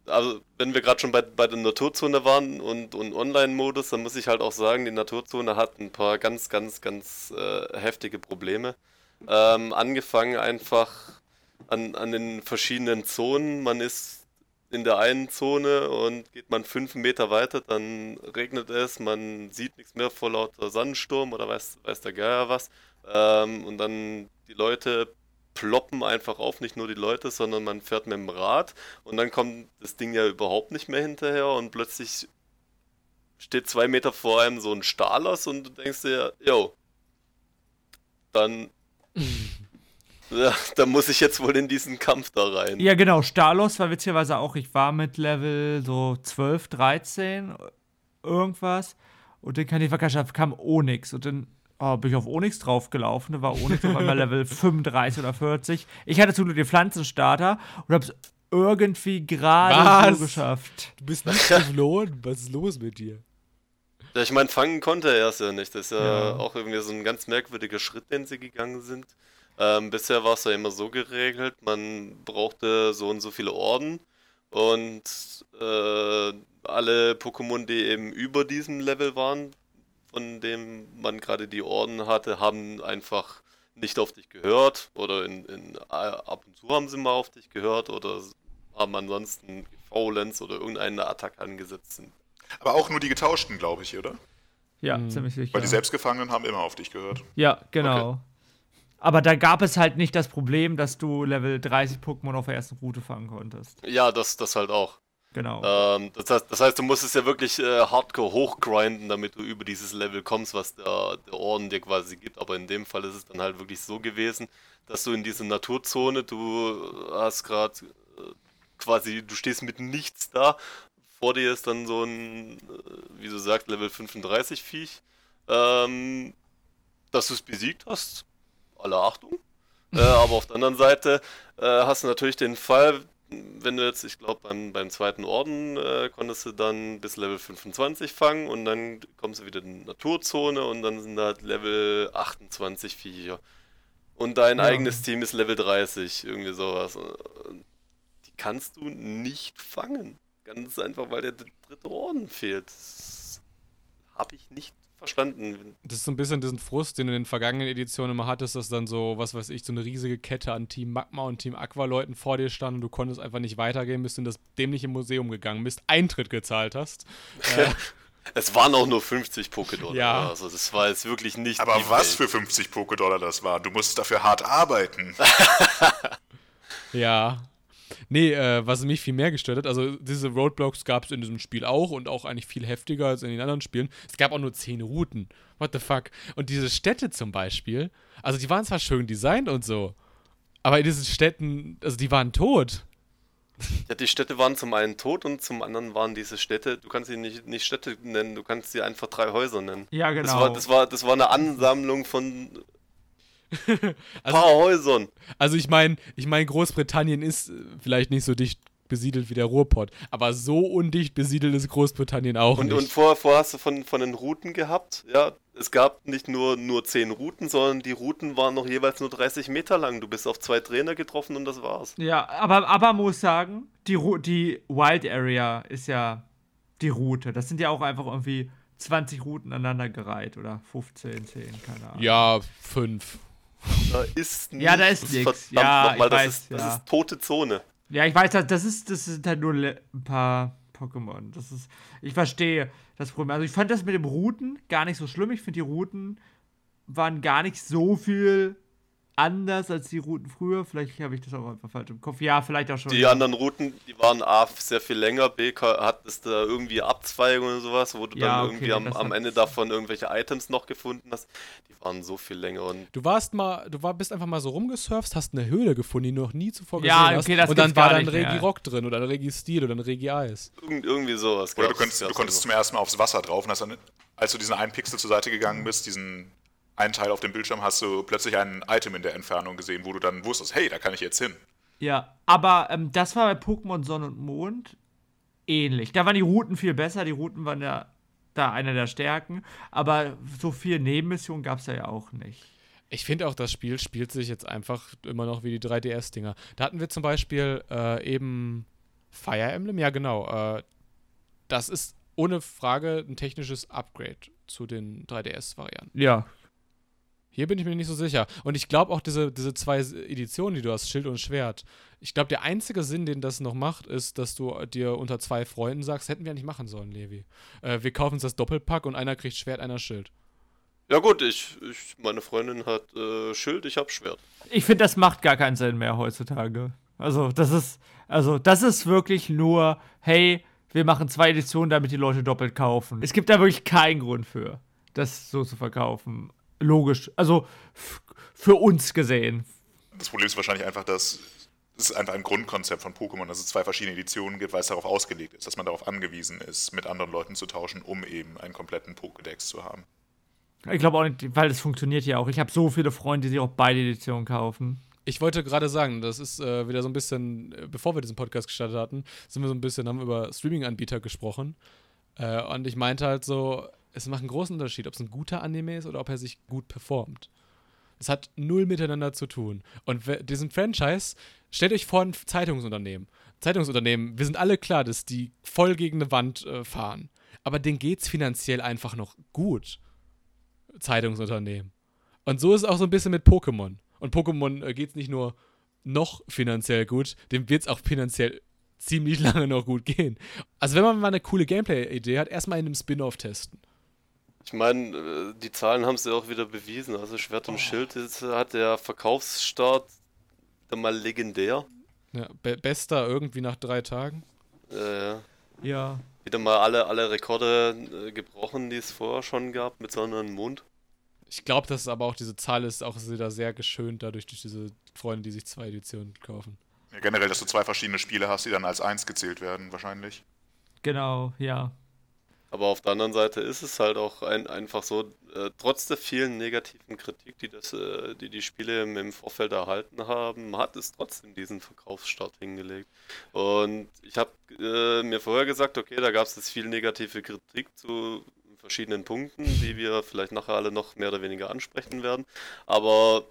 also wenn wir gerade schon bei, bei der Naturzone waren und, und Online-Modus, dann muss ich halt auch sagen, die Naturzone hat ein paar ganz, ganz, ganz äh, heftige Probleme. Ähm, angefangen einfach an, an den verschiedenen Zonen. Man ist in der einen Zone und geht man fünf Meter weiter, dann regnet es, man sieht nichts mehr vor lauter Sandsturm oder weiß, weiß der Geier was. Ähm, und dann die Leute ploppen einfach auf, nicht nur die Leute, sondern man fährt mit dem Rad und dann kommt das Ding ja überhaupt nicht mehr hinterher und plötzlich steht zwei Meter vor einem so ein Stalos und du denkst dir, yo, dann, ja, dann muss ich jetzt wohl in diesen Kampf da rein. Ja, genau. Stalos war witzigerweise auch, ich war mit Level so zwölf, dreizehn, irgendwas. Und dann kann ich verkaufen, kam Onyx. Und dann oh, bin ich auf Onyx draufgelaufen. Da war Onyx auf einmal Level fünfunddreißig oder vierzig. Ich hatte zum Glück den Pflanzenstarter und hab's irgendwie gerade Was? so geschafft. Du bist nicht geflohen? Was ist los mit dir? Ja, ich meine, fangen konnte er es ja nicht. Das ist ja, Ja. auch irgendwie so ein ganz merkwürdiger Schritt, den sie gegangen sind. Ähm, bisher war es ja immer so geregelt, man brauchte so und so viele Orden und äh, alle Pokémon, die eben über diesem Level waren, von dem man gerade die Orden hatte, haben einfach nicht auf dich gehört oder in, in, äh, ab und zu haben sie mal auf dich gehört oder haben ansonsten Faulenz oder irgendeine Attacke angesetzt. Aber auch nur die getauschten, glaube ich, oder? Ja, Mhm. ziemlich sicher. Weil die Selbstgefangenen haben immer auf dich gehört. Ja, genau. Aber da gab es halt nicht das Problem, dass du Level dreißig Pokémon auf der ersten Route fangen konntest. Ja, das, das halt auch. Genau. Ähm, das heißt, das heißt, du musst es ja wirklich äh, hardcore hochgrinden, damit du über dieses Level kommst, was der, der Orden dir quasi gibt. Aber in dem Fall ist es dann halt wirklich so gewesen, dass du in dieser Naturzone, du hast gerade äh, quasi, du stehst mit nichts da. Vor dir ist dann so ein, äh, wie du sagst, Level fünfunddreißig Viech, ähm, dass du es besiegt hast. Alle Achtung. äh, aber auf der anderen Seite äh, hast du natürlich den Fall, wenn du jetzt, ich glaube, beim, beim zweiten Orden äh, konntest du dann bis Level fünfundzwanzig fangen und dann kommst du wieder in die Naturzone und dann sind da halt Level achtundzwanzig Viecher. Und dein Ja. eigenes Team ist Level dreißig, irgendwie sowas. Und die kannst du nicht fangen. Ganz einfach, weil der dritte Orden fehlt. Das habe ich nicht verstanden. Das ist so ein bisschen diesen Frust, den du in den vergangenen Editionen immer hattest, dass dann so, was weiß ich, so eine riesige Kette an Team Magma und Team Aqua-Leuten vor dir stand und du konntest einfach nicht weitergehen, bis du in das dämliche Museum gegangen bist, Eintritt gezahlt hast. äh, Es waren auch nur fünfzig Pokédollar. Ja. Also das war jetzt wirklich nicht Aber die was Welt. für fünfzig Pokédollar das war. Du musst dafür hart arbeiten. Ja. Nee, äh, was mich viel mehr gestört hat, also diese Roadblocks gab es in diesem Spiel auch und auch eigentlich viel heftiger als in den anderen Spielen. Es gab auch nur zehn Routen. What the fuck? Und diese Städte zum Beispiel, also die waren zwar schön designt und so, aber in diesen Städten, also die waren tot. Ja, die Städte waren zum einen tot und zum anderen waren diese Städte, du kannst sie nicht, nicht Städte nennen, du kannst sie einfach drei Häuser nennen. Ja, genau. Das war, das war, das war eine Ansammlung von ein Also- paar Häusern. Also ich meine, ich meine, Großbritannien ist äh, vielleicht nicht so dicht besiedelt wie der Ruhrpott, aber so undicht besiedelt ist Großbritannien auch Und, nicht. und vorher, vorher hast du von, von den Routen gehabt, ja, es gab nicht nur, nur zehn Routen, sondern die Routen waren noch jeweils nur dreißig Meter lang. Du bist auf zwei Trainer getroffen und das war's. Ja, aber, aber muss sagen, die, Ru- die Wild Area ist ja die Route. Das sind ja auch einfach irgendwie zwanzig Routen aneinandergereiht oder fünfzehn, zehn, keine Ahnung. Ja, fünf. Da ist Ja, da ist nichts, nix. verdammt Ja, nochmal, ich das, weiß, ist, das ja. ist tote Zone. Ja, ich weiß, das ist, das sind halt nur le- ein paar Pokémon. Das ist, ich verstehe das Problem. Also ich fand das mit den Routen gar nicht so schlimm. Ich finde, die Routen waren gar nicht so viel anders als die Routen früher. Vielleicht habe ich das auch einfach falsch im Kopf. Ja, vielleicht auch schon. Die anderen Routen, die waren A, sehr viel länger, B, ka- hattest da irgendwie Abzweigungen oder sowas, wo du Ja, dann okay, irgendwie am, das am hat- Ende davon irgendwelche Items noch gefunden hast. Die waren so viel länger und Du warst mal, du war, bist einfach mal so rumgesurft, hast eine Höhle gefunden, die du noch nie zuvor gesehen Ja, hast. okay, das und dann gibt's war gar da ein nicht mehr. Regirock drin oder ein Regi-Steel oder ein Regi-Eis. irgend, irgendwie sowas. Oder du gab's- konntest, du gab's konntest immer. zum ersten Mal aufs Wasser drauf und hast dann, als du diesen einen Pixel zur Seite gegangen bist, diesen einen Teil auf dem Bildschirm, hast du plötzlich ein Item in der Entfernung gesehen, wo du dann wusstest, hey, da kann ich jetzt hin. Ja, aber ähm, das war bei Pokémon Sonne und Mond ähnlich. Da waren die Routen viel besser. Die Routen waren ja da eine der Stärken. Aber so viel Nebenmissionen gab es da ja auch nicht. Ich finde auch, das Spiel spielt sich jetzt einfach immer noch wie die drei D S-Dinger. Da hatten wir zum Beispiel äh, eben Fire Emblem, ja genau. Äh, das ist ohne Frage ein technisches Upgrade zu den drei D S-Varianten. Ja. Hier bin ich mir nicht so sicher. Und ich glaube auch, diese, diese zwei Editionen, die du hast, Schild und Schwert, ich glaube, der einzige Sinn, den das noch macht, ist, dass du dir unter zwei Freunden sagst, hätten wir eigentlich machen sollen, Levi. Äh, wir kaufen uns das Doppelpack und einer kriegt Schwert, einer Schild. Ja gut, ich, ich meine Freundin hat äh, Schild, ich hab Schwert. Ich finde, das macht gar keinen Sinn mehr heutzutage. Also, das ist, also, das ist wirklich nur, hey, wir machen zwei Editionen, damit die Leute doppelt kaufen. Es gibt da wirklich keinen Grund für, das so zu verkaufen. Logisch, also f- für uns gesehen. Das Problem ist wahrscheinlich einfach, dass es einfach ein Grundkonzept von Pokémon, dass es zwei verschiedene Editionen gibt, weil es darauf ausgelegt ist, dass man darauf angewiesen ist, mit anderen Leuten zu tauschen, um eben einen kompletten Pokédex zu haben. Ich glaube auch nicht, weil das funktioniert ja auch. Ich habe so viele Freunde, die sich auch beide Editionen kaufen. Ich wollte gerade sagen, das ist äh, wieder so ein bisschen, äh, bevor wir diesen Podcast gestartet hatten, sind wir so ein bisschen, haben über Streaming-Anbieter gesprochen. Äh, und ich meinte halt so, es macht einen großen Unterschied, ob es ein guter Anime ist oder ob er sich gut performt. Es hat null miteinander zu tun. Und we- diesen Franchise, stellt euch vor ein Zeitungsunternehmen. Zeitungsunternehmen, wir sind alle klar, dass die voll gegen eine Wand äh, fahren. Aber denen geht's finanziell einfach noch gut. Zeitungsunternehmen. Und so ist es auch so ein bisschen mit Pokémon. Und Pokémon äh, geht's nicht nur noch finanziell gut, dem wird's auch finanziell ziemlich lange noch gut gehen. Also wenn man mal eine coole Gameplay-Idee hat, erstmal in einem Spin-Off testen. Ich meine, die Zahlen haben es ja auch wieder bewiesen. Also Schwert und Schild ist, hat der Verkaufsstart dann mal legendär. Ja, be- bester irgendwie nach drei Tagen. Äh, Ja. wieder mal alle, alle Rekorde äh, gebrochen, die es vorher schon gab, mit so einem Mund. Ich glaube, dass aber auch diese Zahl ist auch wieder sehr geschönt dadurch durch diese Freunde, die sich zwei Editionen kaufen. Ja, generell, dass du zwei verschiedene Spiele hast, die dann als eins gezählt werden, wahrscheinlich. Genau, ja. Aber auf der anderen Seite ist es halt auch ein, einfach so, äh, trotz der vielen negativen Kritik, die das, äh, die, die Spiele im, im Vorfeld erhalten haben, hat es trotzdem diesen Verkaufsstart hingelegt. Und ich habe äh, mir vorher gesagt, okay, da gab es jetzt viel negative Kritik zu verschiedenen Punkten, die wir vielleicht nachher alle noch mehr oder weniger ansprechen werden. Aber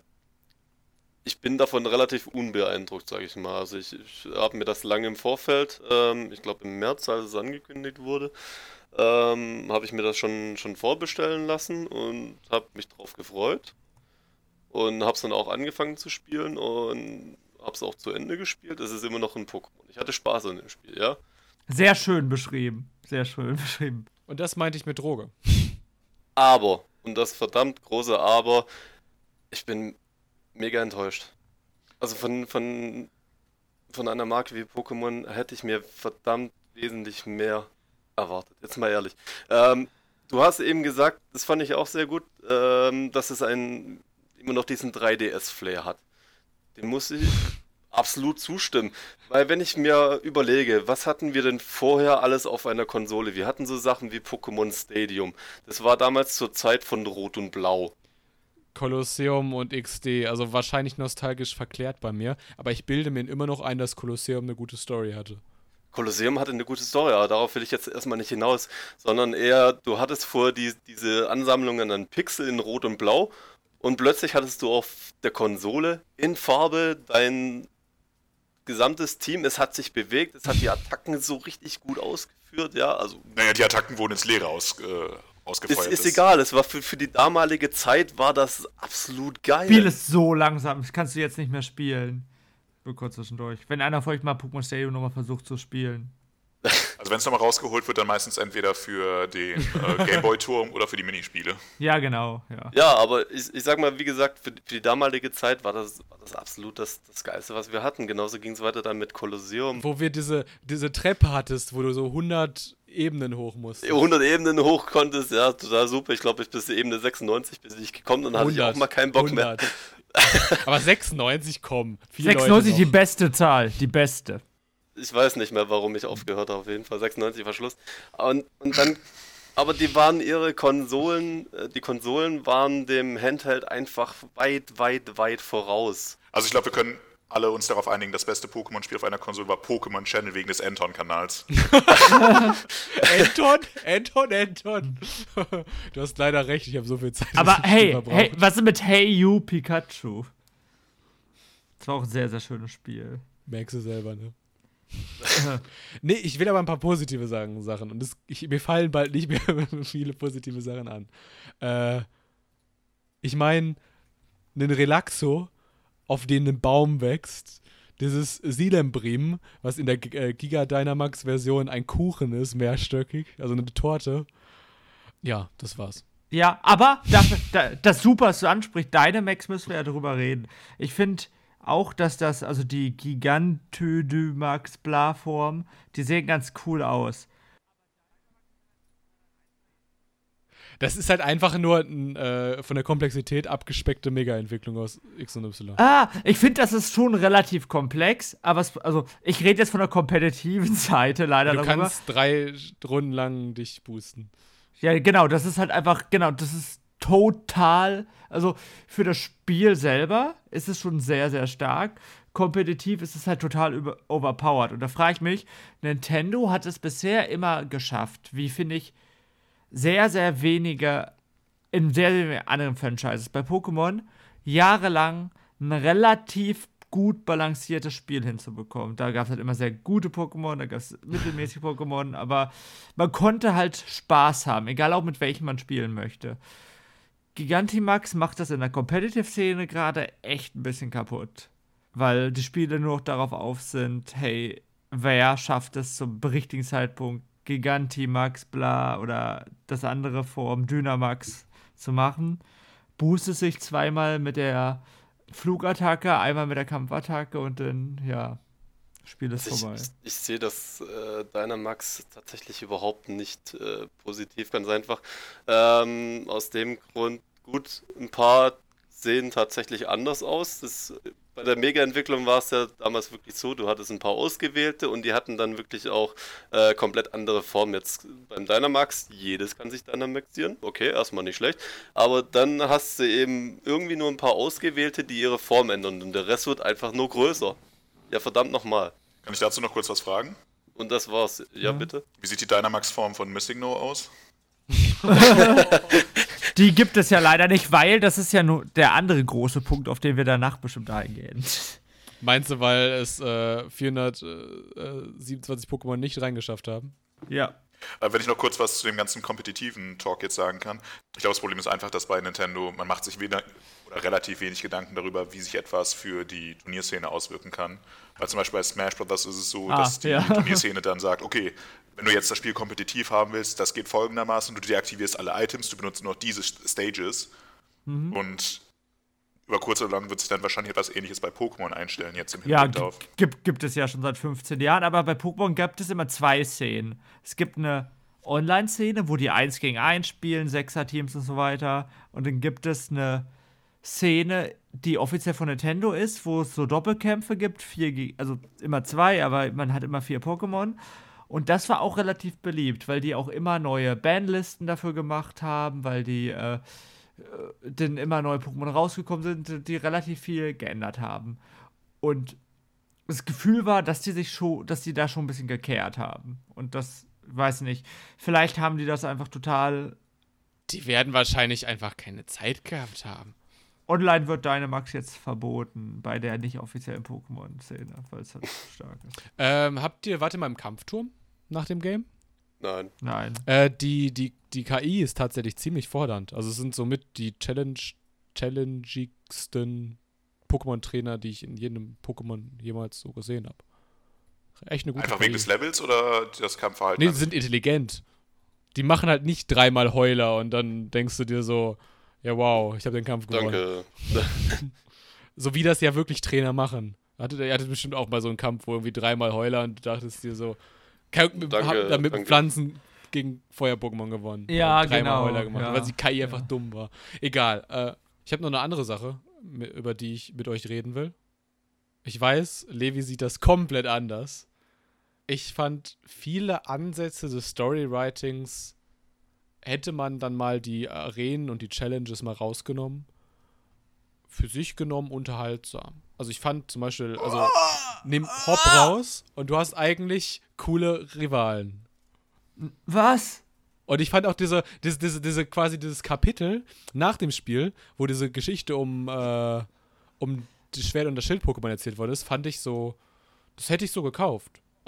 ich bin davon relativ unbeeindruckt, sage ich mal. Also ich, ich habe mir das lange im Vorfeld, ähm, ich glaube im März, als es angekündigt wurde, ähm, habe ich mir das schon, schon vorbestellen lassen und habe mich drauf gefreut. Und habe es dann auch angefangen zu spielen und habe es auch zu Ende gespielt. Es ist immer noch ein Pokémon. Ich hatte Spaß an dem Spiel, ja. Sehr schön beschrieben. Sehr schön beschrieben. Und das meinte ich mit Droge. Aber, und das verdammt große Aber, ich bin mega enttäuscht. Also von, von, von einer Marke wie Pokémon hätte ich mir verdammt wesentlich mehr erwartet. Jetzt mal ehrlich. Ähm, du hast eben gesagt, das fand ich auch sehr gut, ähm, dass es ein, immer noch diesen drei D S-Flair hat. Dem muss ich absolut zustimmen. Weil wenn ich mir überlege, was hatten wir denn vorher alles auf einer Konsole? Wir hatten so Sachen wie Pokémon Stadium. Das war damals zur Zeit von Rot und Blau. Kolosseum und X D, also wahrscheinlich nostalgisch verklärt bei mir, aber ich bilde mir immer noch ein, dass Kolosseum eine gute Story hatte. Kolosseum hatte eine gute Story, aber darauf will ich jetzt erstmal nicht hinaus, sondern eher, du hattest vorher die, diese Ansammlungen an Pixel in Rot und Blau und plötzlich hattest du auf der Konsole in Farbe dein gesamtes Team, es hat sich bewegt, es hat die Attacken so richtig gut ausgeführt, ja, also... Naja, die Attacken wurden ins Leere aus, äh, ausgefeuert. Ist, ist egal, es war für, für die damalige Zeit war das absolut geil. Spiel ist so langsam, das kannst du jetzt nicht mehr spielen. Nur kurz zwischendurch. Wenn einer von euch mal Pokémon Stadium nochmal versucht zu spielen. Also wenn es nochmal rausgeholt wird, dann meistens entweder für den äh, Gameboy-Turm oder für die Minispiele. Ja, genau, ja. Ja, aber ich, ich sag mal, wie gesagt, für, für die damalige Zeit war das, war das absolut das, das Geilste, was wir hatten. Genauso ging es weiter dann mit Kolosseum. Wo wir diese, diese Treppe hattest, wo du so hundert Ebenen hoch musstest. hundert Ebenen hoch konntest, ja, total super. Ich glaube, ich bis Ebene sechsundneunzig bin ich gekommen und hatte ich auch mal keinen Bock hundert. mehr. Aber sechsundneunzig, komm. Vier sechsundneunzig, Leute die noch. beste Zahl, die beste. Ich weiß nicht mehr, warum ich aufgehört habe, auf jeden Fall. sechsundneunzig war Schluss. Und, und dann, aber die waren ihre Konsolen, äh, die Konsolen waren dem Handheld einfach weit, weit, weit voraus. Also ich glaube, wir können alle uns darauf einigen, das beste Pokémon-Spiel auf einer Konsole war Pokémon Channel wegen des Anton-Kanals. Anton, Anton, Anton. Du hast leider recht, ich habe so viel Zeit. Aber in diesem hey, Spiel verbraucht. hey, was ist mit Hey You Pikachu? Das war auch ein sehr, sehr schönes Spiel. Merkst du selber, ne? Nee, ich will aber ein paar positive sagen, Sachen. Und das, ich, mir fallen bald nicht mehr viele positive Sachen an. Äh, ich meine, einen Relaxo, auf den ein Baum wächst, dieses Silembrim, was in der G- äh, Giga Dynamax-Version ein Kuchen ist, mehrstöckig, also eine Torte. Ja, das war's. Ja, aber dafür, da, das super, was du ansprichst, Dynamax müssen wir ja drüber reden. Ich finde auch, dass das, also die Gigantödymax-Bla-Form, die sehen ganz cool aus. Das ist halt einfach nur ein, äh, von der Komplexität abgespeckte Mega-Entwicklung aus X und Y. Ah, ich finde, das ist schon relativ komplex, aber es, also ich rede jetzt von der kompetitiven Seite leider Du darüber. kannst drei Runden lang dich boosten. Ja, genau, das ist halt einfach, genau, das ist total, also für das Spiel selber ist es schon sehr, sehr stark. Kompetitiv ist es halt total über, overpowered. Und da frage ich mich, Nintendo hat es bisher immer geschafft, wie finde ich, sehr, sehr wenige in sehr, sehr vielen anderen Franchises. Bei Pokémon jahrelang ein relativ gut balanciertes Spiel hinzubekommen. Da gab es halt immer sehr gute Pokémon, da gab es mittelmäßige Pokémon, aber man konnte halt Spaß haben, egal auch mit welchem man spielen möchte. Gigantimax macht das in der Competitive-Szene gerade echt ein bisschen kaputt, weil die Spiele nur noch darauf auf sind, hey, wer schafft es zum richtigen Zeitpunkt Gigantimax, bla, oder das andere Form Dynamax zu machen. Boostet sich zweimal mit der Flugattacke, einmal mit der Kampfattacke und dann, ja, Spiel ist Also vorbei. ich, ich, ich sehe das äh, Dynamax tatsächlich überhaupt nicht äh, positiv, ganz einfach. Ähm, aus dem Grund, gut, ein paar sehen tatsächlich anders aus. Das, bei der Mega-Entwicklung war es ja damals wirklich so, du hattest ein paar ausgewählte und die hatten dann wirklich auch äh, komplett andere Formen. Jetzt beim Dynamax, jedes kann sich Dynamaxieren, okay, erstmal nicht schlecht, aber dann hast du eben irgendwie nur ein paar ausgewählte, die ihre Form ändern und der Rest wird einfach nur größer. Ja, verdammt nochmal. Kann ich dazu noch kurz was fragen? Und das war's. Ja, Ja. bitte? Wie sieht die Dynamax-Form von Missing No aus? Die gibt es ja leider nicht, weil das ist ja nur der andere große Punkt, auf den wir danach bestimmt eingehen. Meinst du, weil es äh, vierhundertsiebenundzwanzig Pokémon nicht reingeschafft haben? Ja. Äh, wenn ich noch kurz was zu dem ganzen kompetitiven Talk jetzt sagen kann. Ich glaube, das Problem ist einfach, dass bei Nintendo, man macht sich weder, oder relativ wenig Gedanken darüber, wie sich etwas für die Turnierszene auswirken kann. Weil zum Beispiel bei Smash Bros. Ist es so, Ah, dass die ja. Turnierszene dann sagt, okay, wenn du jetzt das Spiel kompetitiv haben willst, das geht folgendermaßen, du deaktivierst alle Items, du benutzt nur noch diese Stages und über kurz oder lang wird sich dann wahrscheinlich etwas Ähnliches bei Pokémon einstellen, jetzt im Ja, Hinblick g- darauf. gibt, gibt es ja schon seit fünfzehn Jahren, aber bei Pokémon gibt es immer zwei Szenen. Es gibt eine Online-Szene, wo die eins gegen eins spielen, Sechser-Teams und so weiter. Und dann gibt es eine Szene, die offiziell von Nintendo ist, wo es so Doppelkämpfe gibt, vier, ge- also immer zwei, aber man hat immer vier Pokémon. Und das war auch relativ beliebt, weil die auch immer neue Bandlisten dafür gemacht haben, weil die äh, äh, denn immer neue Pokémon rausgekommen sind, die relativ viel geändert haben. Und das Gefühl war, dass die sich schon, dass die da schon ein bisschen gekehrt haben. Und das, weiß nicht, vielleicht haben die das einfach total. Die werden wahrscheinlich einfach keine Zeit gehabt haben. Online wird Dynamax jetzt verboten bei der nicht offiziellen Pokémon-Szene, weil es halt so stark ist. Ähm, habt ihr, warte mal, im Kampfturm nach dem Game? Nein. Nein. Äh, die, die, die K I ist tatsächlich ziemlich fordernd. Also es sind somit die Challenge, challengigsten Pokémon-Trainer, die ich in jedem Pokémon jemals so gesehen habe. Echt eine gute Einfach K I. wegen des Levels oder das Kampfverhalten? Nee, die sind intelligent. Die machen halt nicht dreimal Heuler und dann denkst du dir so, ja wow, ich habe den Kampf gewonnen. Danke. So wie das ja wirklich Trainer machen. Hattet, ihr hattet bestimmt auch mal so einen Kampf, wo irgendwie dreimal Heuler und du dachtest dir so, kann, Danke, hab damit danke. Pflanzen gegen Feuer-Pokémon gewonnen. Ja, Und dreimal genau, Heuler gemacht, ja, weil die K I einfach ja. dumm war. Egal. Äh, ich habe noch eine andere Sache, mi- über die ich mit euch reden will. Ich weiß, Levi sieht das komplett anders. Ich fand viele Ansätze des Storywritings hätte man dann mal die Arenen und die Challenges mal rausgenommen, für sich genommen unterhaltsam. Also ich fand zum Beispiel, also nimm Hop raus und du hast eigentlich coole Rivalen. Was? Und ich fand auch diese, diese, diese, diese quasi dieses Kapitel nach dem Spiel, wo diese Geschichte um, äh, um das Schwert und das Schild-Pokémon erzählt worden ist, fand ich so, das hätte ich so gekauft.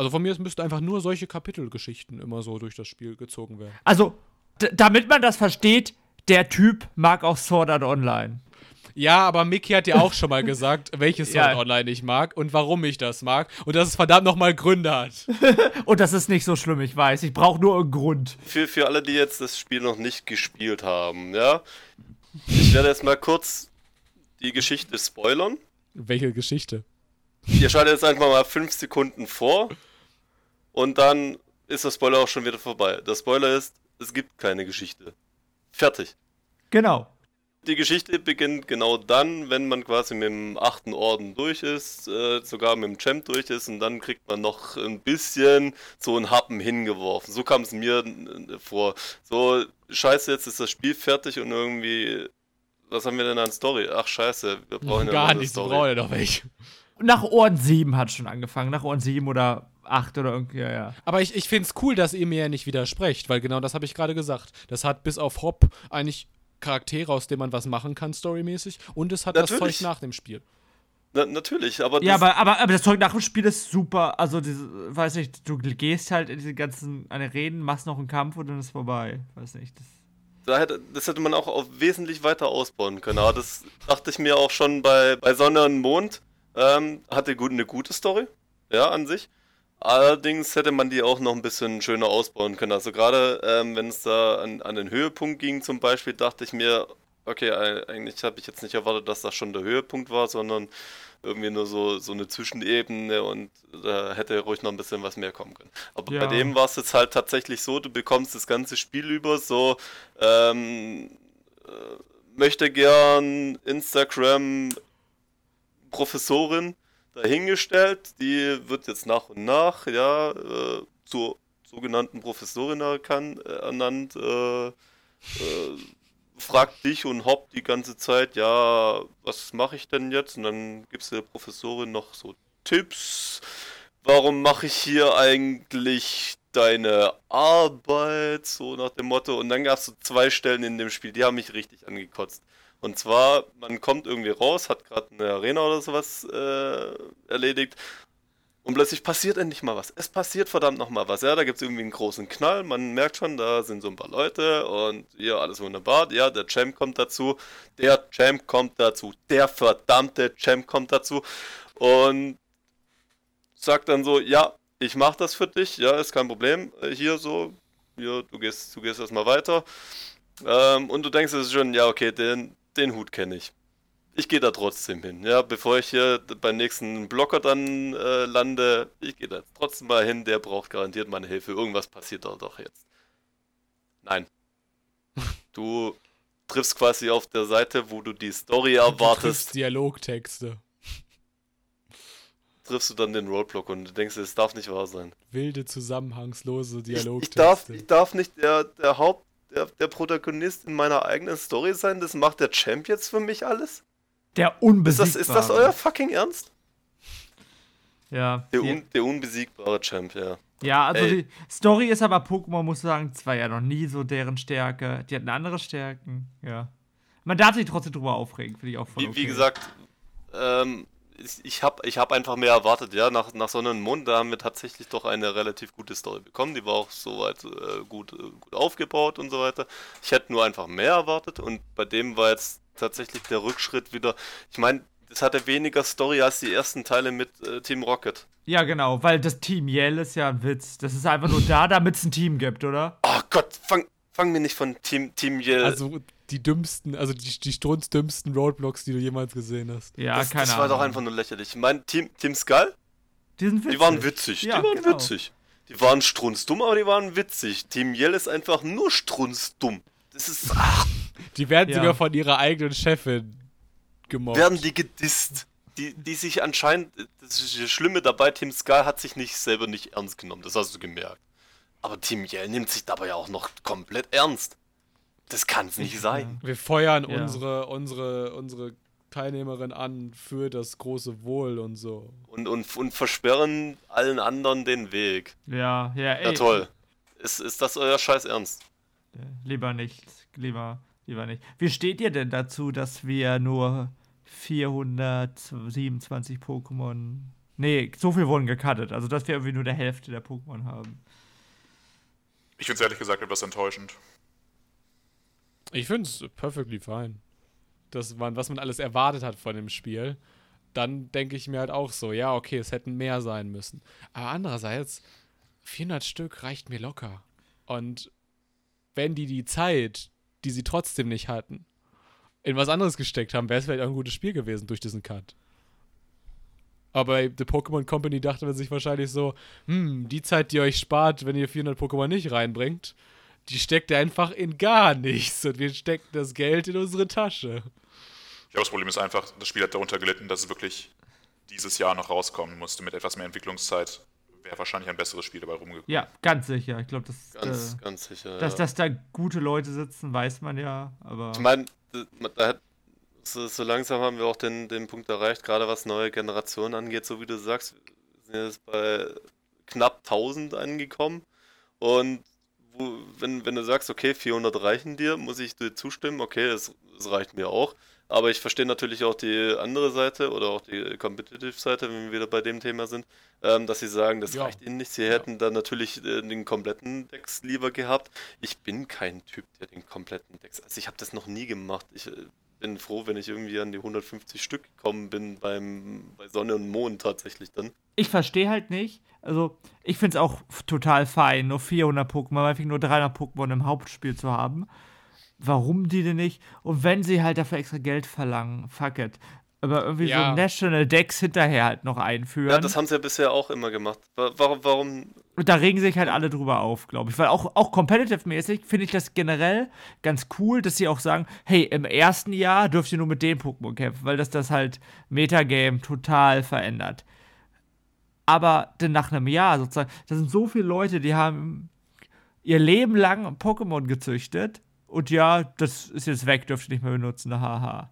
Also von mir, es müssten einfach nur solche Kapitelgeschichten immer so durch das Spiel gezogen werden. Also, d- damit man das versteht, der Typ mag auch Sword Art Online. Ja, aber Mickey hat ja auch schon mal gesagt, welches Sword Ja. Online ich mag und warum ich das mag. Und dass es verdammt nochmal Gründe hat. Und das ist nicht so schlimm, ich weiß. Ich brauche nur einen Grund. Für, für alle, die jetzt das Spiel noch nicht gespielt haben, ja. Ich werde jetzt mal kurz die Geschichte spoilern. Welche Geschichte? Ihr schaltet jetzt einfach mal fünf Sekunden vor und dann ist der Spoiler auch schon wieder vorbei. Der Spoiler ist, es gibt keine Geschichte. Fertig. Genau. Die Geschichte beginnt genau dann, wenn man quasi mit dem achten Orden durch ist, äh, sogar mit dem Champ durch ist und dann kriegt man noch ein bisschen so einen Happen hingeworfen. So kam es mir äh, vor. So, scheiße, jetzt ist das Spiel fertig und irgendwie, was haben wir denn an Story? Ach scheiße, wir brauchen ja noch Gar eine nichts, wir Story. brauchen ja noch welche. Nach Orden sieben hat schon angefangen. Nach Orden sieben oder acht oder irgendwie, ja, ja. Aber ich, ich finde es cool, dass ihr mir ja nicht widersprecht, weil genau das habe ich gerade gesagt. Das hat bis auf Hop eigentlich Charaktere, aus denen man was machen kann, storymäßig. Und es hat das Natürlich. Zeug nach dem Spiel. Na, natürlich, aber Ja, das, aber, aber, aber das Zeug nach dem Spiel ist super. Also, diese, weiß nicht, du gehst halt in diese ganzen Arenen, machst noch einen Kampf und dann ist vorbei. Weiß nicht. Das da hätte, das hätte man auch auf wesentlich weiter ausbauen können. Aber das dachte ich mir auch schon bei, bei Sonne und Mond. Ähm, hatte gut, eine gute Story, ja, an sich. Allerdings hätte man die auch noch ein bisschen schöner ausbauen können. Also gerade ähm, wenn es da an, an den Höhepunkt ging zum Beispiel, dachte ich mir, okay, äh, eigentlich habe ich jetzt nicht erwartet, dass das schon der Höhepunkt war, sondern irgendwie nur so, so eine Zwischenebene und da hätte ruhig noch ein bisschen was mehr kommen können. Aber Ja. bei dem war es jetzt halt tatsächlich so, du bekommst das ganze Spiel über so, ähm, äh, möchte gern Instagram Professorin dahingestellt, die wird jetzt nach und nach, ja, äh, zur sogenannten Professorin erkan- äh, ernannt, äh, äh, fragt dich und Hop die ganze Zeit, ja, was mache ich denn jetzt? Und dann gibst du der Professorin noch so Tipps, warum mache ich hier eigentlich deine Arbeit, so nach dem Motto. Und dann gab es so zwei Stellen in dem Spiel, die haben mich richtig angekotzt. Und zwar, man kommt irgendwie raus, hat gerade eine Arena oder sowas äh, erledigt und plötzlich passiert endlich mal was. Es passiert verdammt noch mal was. Ja, da gibt es irgendwie einen großen Knall, man merkt schon, da sind so ein paar Leute und ja, alles wunderbar. Ja, der Champ kommt dazu, der Champ kommt dazu, der verdammte Champ kommt dazu und sagt dann so, ja, ich mach das für dich, ja, ist kein Problem. Äh, Hier so, hier, du gehst, du gehst erstmal weiter. Ähm, und du denkst es schon, ja, okay, den, den Hut kenne ich. Ich gehe da trotzdem hin, ja, bevor ich hier beim nächsten Blocker dann äh, lande, ich gehe da jetzt trotzdem mal hin, der braucht garantiert meine Hilfe, irgendwas passiert da doch jetzt. Nein. Du triffst quasi auf der Seite, wo du die Story Du erwartest, triffst Dialogtexte. triffst du dann den Roadblock und du denkst, es darf nicht wahr sein. Wilde, zusammenhangslose Ich, Dialogtexte. ich, darf, ich darf nicht der, der Haupt, der, der Protagonist in meiner eigenen Story sein, das macht der Champ jetzt für mich alles? Der Ist Unbesiegbare. das, ist das euer fucking Ernst? Ja. Der, Die- un, der unbesiegbare Champ, ja. Ja, also Ey. die Story ist aber Pokémon, muss ich sagen, es war ja noch nie so deren Stärke. Die hatten andere Stärken, ja. Man darf sich trotzdem drüber aufregen, finde ich auch voll Wie, okay. wie gesagt, ähm, ich, ich habe ich hab einfach mehr erwartet, ja. Nach, nach Sonne und Mond, da haben wir tatsächlich doch eine relativ gute Story bekommen. Die war auch soweit äh, gut, äh, gut aufgebaut und so weiter. Ich hätte nur einfach mehr erwartet und bei dem war jetzt tatsächlich der Rückschritt wieder. Ich meine, das hatte weniger Story als die ersten Teile mit äh, Team Rocket. Ja, genau, weil das Team Yell ist ja ein Witz. Das ist einfach nur da, damit es ein Team gibt, oder? Oh Gott, fang, fang mir nicht von Team, Team Yell. Also die dümmsten, also die, die strunzdümmsten Roadblocks, die du jemals gesehen hast. Ja, das, keine das Ahnung. war doch einfach nur lächerlich. Ich meine, Team, Team Skull, Die sind witzig. die waren witzig. Ja, die waren genau. witzig. Die waren strunzdumm, aber die waren witzig. Team Yell ist einfach nur strunzdumm. Das ist. Ach, Die werden Ja. sogar von ihrer eigenen Chefin gemobbt. werden die gedisst. Die, die sich anscheinend. Das ist das Schlimme dabei, Team Skull hat sich nicht selber nicht ernst genommen. Das hast du gemerkt. Aber Team Yell nimmt sich dabei ja auch noch komplett ernst. Das kann es nicht sein. Wir feuern Ja. unsere, unsere, unsere Teilnehmerin an für das große Wohl und so. Und, und, und versperren allen anderen den Weg. Ja, ja, ey. Ja, toll. Ist, ist das euer Scheiß Ernst? Ja, Lieber nicht, lieber, lieber nicht. Wie steht ihr denn dazu, dass wir nur vierhundertsiebenundzwanzig Pokémon, Nee, so viel wurden gecuttet. Also, dass wir irgendwie nur der Hälfte der Pokémon haben. Ich finde es ehrlich gesagt etwas enttäuschend. Ich finde es perfectly fine. Das man, was man alles erwartet hat von dem Spiel. Dann denke ich mir halt auch so, ja, okay, es hätten mehr sein müssen. Aber andererseits, vierhundert Stück reicht mir locker. Und wenn die die Zeit, die sie trotzdem nicht hatten, in was anderes gesteckt haben, wäre es vielleicht auch ein gutes Spiel gewesen durch diesen Cut. Aber The Pokémon Company dachte man sich wahrscheinlich so, hm, die Zeit, die ihr euch spart, wenn ihr vierhundert Pokémon nicht reinbringt, die steckt ihr einfach in gar nichts. Und wir stecken das Geld in unsere Tasche. Ja, das Problem ist einfach, das Spiel hat darunter gelitten, dass es wirklich dieses Jahr noch rauskommen musste. Mit etwas mehr Entwicklungszeit wäre wahrscheinlich ein besseres Spiel dabei rumgekommen. Ja, ganz sicher. Ich glaube, dass, Ganz, äh, ganz sicher. dass, ja. dass da gute Leute sitzen, weiß man ja. Aber Ich meine, da hat, so, so langsam haben wir auch den, den Punkt erreicht, gerade was neue Generationen angeht, so wie du sagst, wir sind jetzt bei knapp tausend angekommen und wo, wenn, wenn du sagst, okay, vierhundert reichen dir, muss ich dir zustimmen, okay, es, es reicht mir auch. Aber ich verstehe natürlich auch die andere Seite oder auch die Competitive-Seite, wenn wir wieder bei dem Thema sind, ähm, dass sie sagen, das Ja. reicht ihnen nicht. Sie hätten dann natürlich äh, den kompletten Decks lieber gehabt. Ich bin kein Typ, der den kompletten Decks... Also ich habe das noch nie gemacht. Ich äh, bin froh, wenn ich irgendwie an die hundertfünfzig Stück gekommen bin beim, bei Sonne und Mond tatsächlich dann. ich verstehe halt nicht. Also, ich finde es auch f- total fein, nur vierhundert Pokémon, einfach nur dreihundert Pokémon im Hauptspiel zu haben. Warum die denn nicht? Und wenn sie halt dafür extra Geld verlangen, fuck it. Aber irgendwie Ja. so National Decks hinterher halt noch einführen. Ja, das haben sie ja bisher auch immer gemacht. Wa- Warum, warum Und da regen sich halt alle drüber auf, glaube ich. Weil auch, auch competitive-mäßig finde ich das generell ganz cool, dass sie auch sagen, hey, im ersten Jahr dürft ihr nur mit den Pokémon kämpfen, weil das das halt Metagame total verändert. Aber denn nach einem Jahr sozusagen, da sind so viele Leute, die haben ihr Leben lang Pokémon gezüchtet und ja, das ist jetzt weg, dürft ihr nicht mehr benutzen, haha.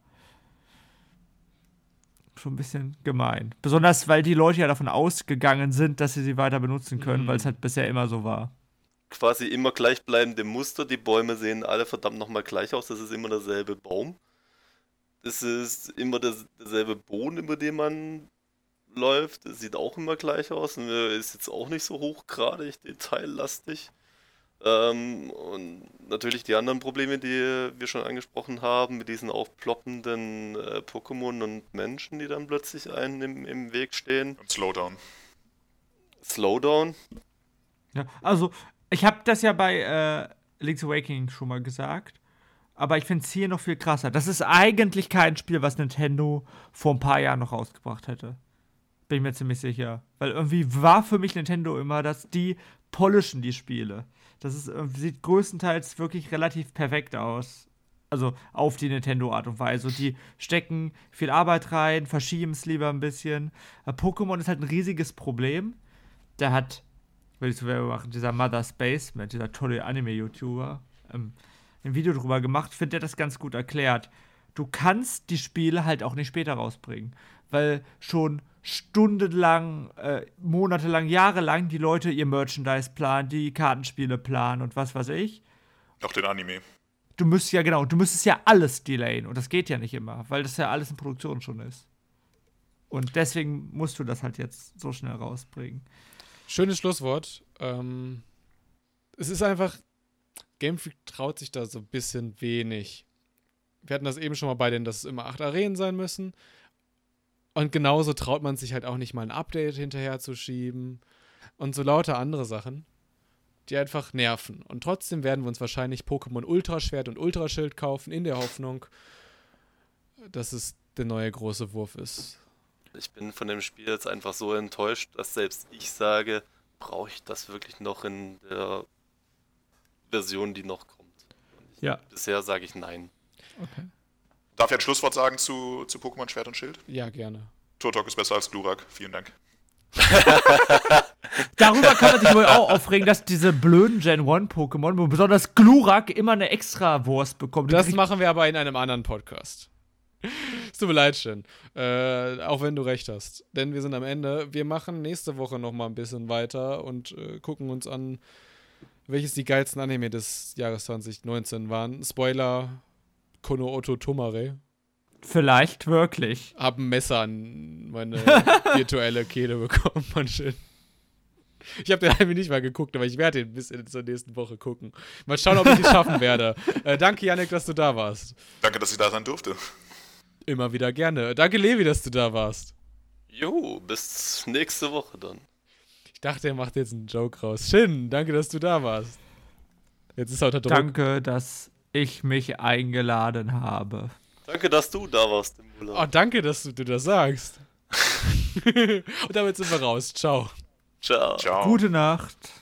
Schon ein bisschen gemein. Besonders, weil die Leute ja davon ausgegangen sind, dass sie sie weiter benutzen können, Mhm. weil es halt bisher immer so war. quasi immer gleichbleibende Muster. Die Bäume sehen alle verdammt nochmal gleich aus. Das ist immer derselbe Baum. Das ist immer das, derselbe Boden, über den man läuft. Das sieht auch immer gleich aus und äh, ist jetzt auch nicht so hochgradig detaillastig. Ähm, und natürlich die anderen Probleme, die wir schon angesprochen haben, mit diesen aufploppenden äh, Pokémon und Menschen, die dann plötzlich einen im, im Weg stehen. Und Slowdown. Slowdown. Ja, also, ich habe das ja bei äh, Link's Awakening schon mal gesagt, aber ich finde es hier noch viel krasser. Das ist eigentlich kein Spiel, was Nintendo vor ein paar Jahren noch rausgebracht hätte. Bin ich mir ziemlich sicher. Weil irgendwie war für mich Nintendo immer, dass die polischen die Spiele. Das ist, irgendwie- sieht größtenteils wirklich relativ perfekt aus. Also auf die Nintendo-Art und Weise. Und die stecken viel Arbeit rein, verschieben es lieber ein bisschen. Aber Pokémon ist halt ein riesiges Problem. Der hat, will ich zu Werbung machen, dieser Mother Space, dieser tolle Anime-YouTuber, ähm, ein Video drüber gemacht, finde der das ganz gut erklärt. Du kannst die Spiele halt auch nicht später rausbringen, weil schon stundenlang, äh, monatelang, jahrelang die Leute ihr Merchandise planen, die Kartenspiele planen und was weiß ich. Auch den Anime. Du müsst ja, genau, du müsstest ja alles delayen und das geht ja nicht immer, weil das ja alles in Produktion schon ist. Und deswegen musst du das halt jetzt so schnell rausbringen. Schönes Schlusswort. Ähm, es ist einfach, Game Freak traut sich da so ein bisschen wenig. Wir hatten das eben schon mal bei denen, dass es immer acht Arenen sein müssen. Und genauso traut man sich halt auch nicht mal ein Update hinterher zu schieben. Und so lauter andere Sachen, die einfach nerven. Und trotzdem werden wir uns wahrscheinlich Pokémon Ultraschwert und Ultraschild kaufen, in der Hoffnung, dass es der neue große Wurf ist. Ich bin von dem Spiel jetzt einfach so enttäuscht, dass selbst ich sage, brauche ich das wirklich noch in der Version, die noch kommt. Und ich, Ja. Bisher sage ich nein. Okay. Darf ich ein Schlusswort sagen zu, zu Pokémon Schwert und Schild? Ja, gerne. Turtok ist besser als Glurak. Vielen Dank. Darüber kann man sich wohl auch aufregen, dass diese blöden Gen eins Pokémon, wo besonders Glurak, immer eine extra Wurst bekommt. Das Ich- machen wir aber in einem anderen Podcast. Es tut mir leid, Shin. Äh, auch wenn du recht hast. Denn wir sind am Ende. Wir machen nächste Woche noch mal ein bisschen weiter und äh, gucken uns an, welches die geilsten Anime des Jahres zwanzig neunzehn waren. Spoiler, Kono Oto Tomare. Vielleicht wirklich. Hab ein Messer an meine virtuelle Kehle bekommen, Mann, schön. Ich habe den einfach nicht mal geguckt, aber ich werde den bis in zur nächsten Woche gucken. Mal schauen, ob ich es schaffen werde. Äh, danke, Yannick, dass du da warst. Danke, dass ich da sein durfte. Immer wieder gerne. Danke, Levi, dass du da warst. Jo, bis nächste Woche dann. Ich dachte, er macht jetzt einen Joke raus. Shin, danke, dass du da warst. Jetzt ist er unter Druck. Danke, dass ich mich eingeladen habe. Danke, dass du da warst, Dimula. Oh, danke, dass du, du das sagst. Und damit sind wir raus. Ciao. Ciao. Ciao. Gute Nacht.